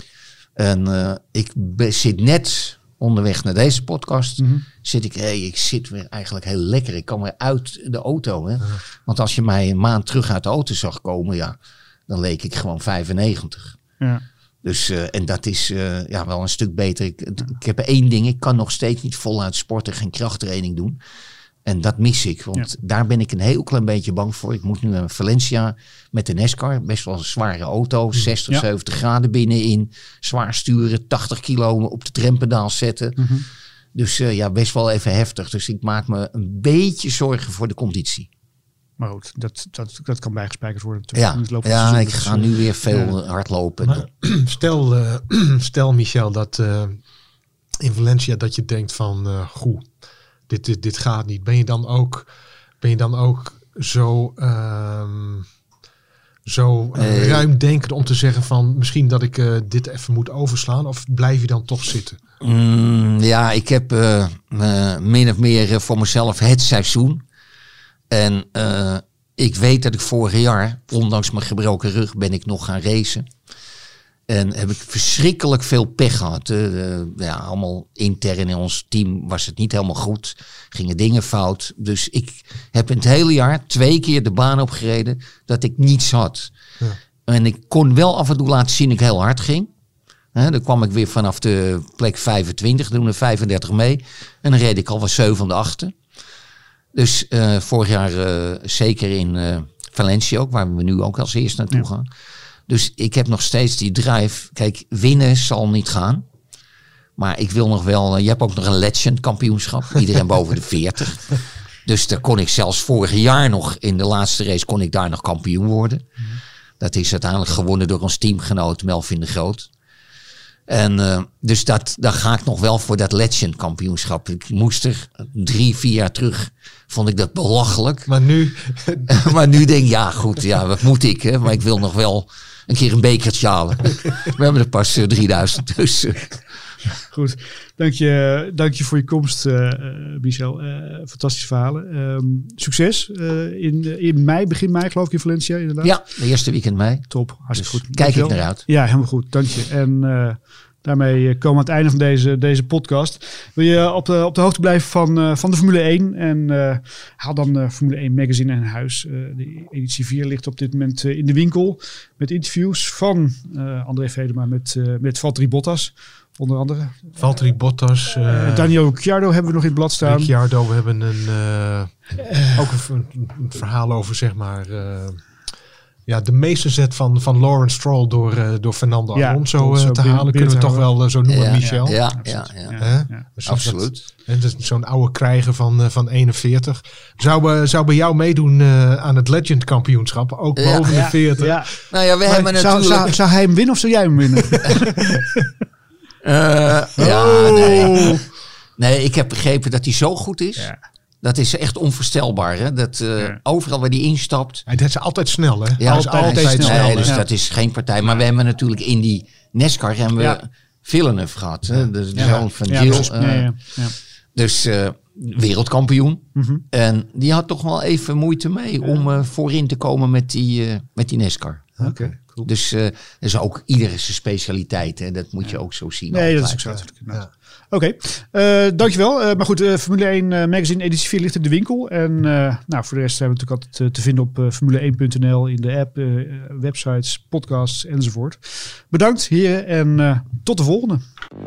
Speaker 3: En uh, ik be- zit net onderweg naar deze podcast. Mm-hmm. Zit ik, hey, ik zit weer eigenlijk heel lekker. Ik kan weer uit de auto. Hè? Uh. Want als je mij een maand terug uit de auto zag komen, ja, dan leek ik gewoon vijfennegentig. Ja. Dus, uh, en dat is uh, ja, wel een stuk beter. Ik, ik heb één ding, ik kan nog steeds niet voluit sporten, geen krachttraining doen. En dat mis ik, want ja. daar ben ik een heel klein beetje bang voor. Ik moet nu naar Valencia met de NASCAR. Best wel een zware auto, zestig, ja. zeventig graden binnenin. Zwaar sturen, tachtig kilo op de trampedaal zetten. Mm-hmm. Dus uh, ja, best wel even heftig. Dus ik maak me een beetje zorgen voor de conditie.
Speaker 2: Maar goed, dat, dat, dat kan bijgespijkerd worden.
Speaker 3: Ja, in het loop van ja seizoen, ik ga uh, nu weer veel ja. hardlopen.
Speaker 4: Maar, stel, uh, stel Michel, dat uh, in Valencia dat je denkt van... Uh, goh, Dit, dit, dit gaat niet. Ben je dan ook, ben je dan ook zo, um, zo uh, uh, ruimdenkend om te zeggen van misschien dat ik uh, dit even moet overslaan? Of blijf je dan toch zitten?
Speaker 3: Mm, ja, ik heb uh, uh, min of meer uh, voor mezelf het seizoen. En uh, ik weet dat ik vorig jaar, ondanks mijn gebroken rug, ben ik nog gaan racen. En heb ik verschrikkelijk veel pech gehad. Uh, uh, ja, allemaal intern in ons team was het niet helemaal goed. Gingen dingen fout. Dus ik heb in het hele jaar twee keer de baan opgereden dat ik niets had. Ja. En ik kon wel af en toe laten zien dat ik heel hard ging. He, dan kwam ik weer vanaf de plek vijfentwintig, doen er vijfendertig mee. En dan reed ik al van zevende, achtste. Dus uh, vorig jaar uh, zeker in uh, Valencia ook, waar we nu ook als eerst naartoe ja. gaan. Dus ik heb nog steeds die drive. Kijk, winnen zal niet gaan. Maar ik wil nog wel... Je hebt ook nog een Legend kampioenschap. Iedereen boven de veertig. Dus daar kon ik zelfs vorig jaar nog... In de laatste race kon ik daar nog kampioen worden. Mm. Dat is uiteindelijk gewonnen door ons teamgenoot Melvin de Groot. En uh, dus dat, daar ga ik nog wel voor dat Legend kampioenschap. Ik moest er drie, vier jaar terug... Vond ik dat belachelijk.
Speaker 4: Maar nu...
Speaker 3: maar nu denk ik, ja goed, ja, wat moet ik? Hè? Maar ik wil nog wel een keer een bekertje halen. We hebben er pas uh, drieduizend. Dus, uh.
Speaker 2: Goed, dank je, dank je voor je komst, uh, Michel. Uh, fantastische verhalen. Um, succes uh, in, in mei, begin mei geloof ik in Valencia inderdaad.
Speaker 3: Ja, de eerste weekend mei.
Speaker 2: Top, hartstikke
Speaker 3: dus
Speaker 2: goed.
Speaker 3: Kijk
Speaker 2: Dankjewel.
Speaker 3: ik naar uit.
Speaker 2: Ja, helemaal goed, dank je. En uh, Daarmee komen we aan het einde van deze, deze podcast. Wil je op de, op de hoogte blijven van, uh, van de Formule één? En uh, haal dan uh, Formule één Magazine in huis. Uh, de editie vier ligt op dit moment uh, in de winkel. Met interviews van uh, André Vedema met, uh, met Valtteri Bottas. Onder andere.
Speaker 4: Valtteri Bottas. Uh,
Speaker 2: uh, Daniel Ricciardo hebben we nog in het blad staan.
Speaker 4: Ricciardo, we hebben een, uh, uh, ook een, een verhaal over, zeg maar... Uh, ja, de meesterzet van, van Lawrence Stroll door, uh, door Fernando
Speaker 2: ja,
Speaker 4: Alonso uh, te
Speaker 2: binnen,
Speaker 4: halen. Kunnen we toch wel uh, zo noemen,
Speaker 3: ja,
Speaker 4: Michel?
Speaker 3: Ja, ja, ja. ja.
Speaker 2: ja,
Speaker 3: ja.
Speaker 4: Dus
Speaker 3: absoluut.
Speaker 4: Dat, dat zo'n oude krijger van, uh, van eenenveertig. Zou, uh, zou bij jou meedoen uh, aan het Legend kampioenschap? Ook
Speaker 3: Ja,
Speaker 4: boven
Speaker 2: ja,
Speaker 4: de veertig.
Speaker 2: Ja.
Speaker 3: Nou ja, we
Speaker 2: Maar
Speaker 3: hebben
Speaker 2: zou,
Speaker 3: natuurlijk...
Speaker 2: zou, zou hij hem winnen of zou jij hem winnen?
Speaker 3: Uh, ja, nee. Nee, ik heb begrepen dat hij zo goed is.
Speaker 2: Ja.
Speaker 3: Dat is echt onvoorstelbaar. Hè? Dat uh,
Speaker 2: Ja.
Speaker 3: overal waar hij instapt...
Speaker 4: Hij is altijd snel, hè?
Speaker 3: Ja,
Speaker 4: Hij is
Speaker 2: altijd
Speaker 4: altijd
Speaker 2: snel.
Speaker 4: snel.
Speaker 3: Nee, dus
Speaker 2: Ja.
Speaker 3: dat is geen partij. Maar we hebben natuurlijk in die NASCAR hebben we
Speaker 2: Ja.
Speaker 3: Villeneuve gehad. Hè? De, de
Speaker 2: Ja.
Speaker 3: zoon van
Speaker 2: Ja,
Speaker 3: Jill.
Speaker 2: precies.
Speaker 3: uh,
Speaker 2: Ja, ja, ja.
Speaker 3: Dus uh, wereldkampioen.
Speaker 2: Mm-hmm.
Speaker 3: En die had toch wel even moeite mee om uh, voorin te komen met die, uh, met die NASCAR.
Speaker 4: Oké, okay, cool.
Speaker 3: Dus uh, dat is ook iedere zijn specialiteit. En dat moet je ook zo zien.
Speaker 2: Nee, dat is
Speaker 3: altijd.
Speaker 2: ook zo. Ja. Oké, okay. uh, dankjewel. Uh, maar goed, uh, Formule één uh, Magazine editie vier ligt in de winkel. En uh, nou, voor de rest zijn we natuurlijk altijd uh, te vinden op uh, formule één punt n l in de app, uh, websites, podcasts enzovoort. Bedankt heren en uh, tot de volgende.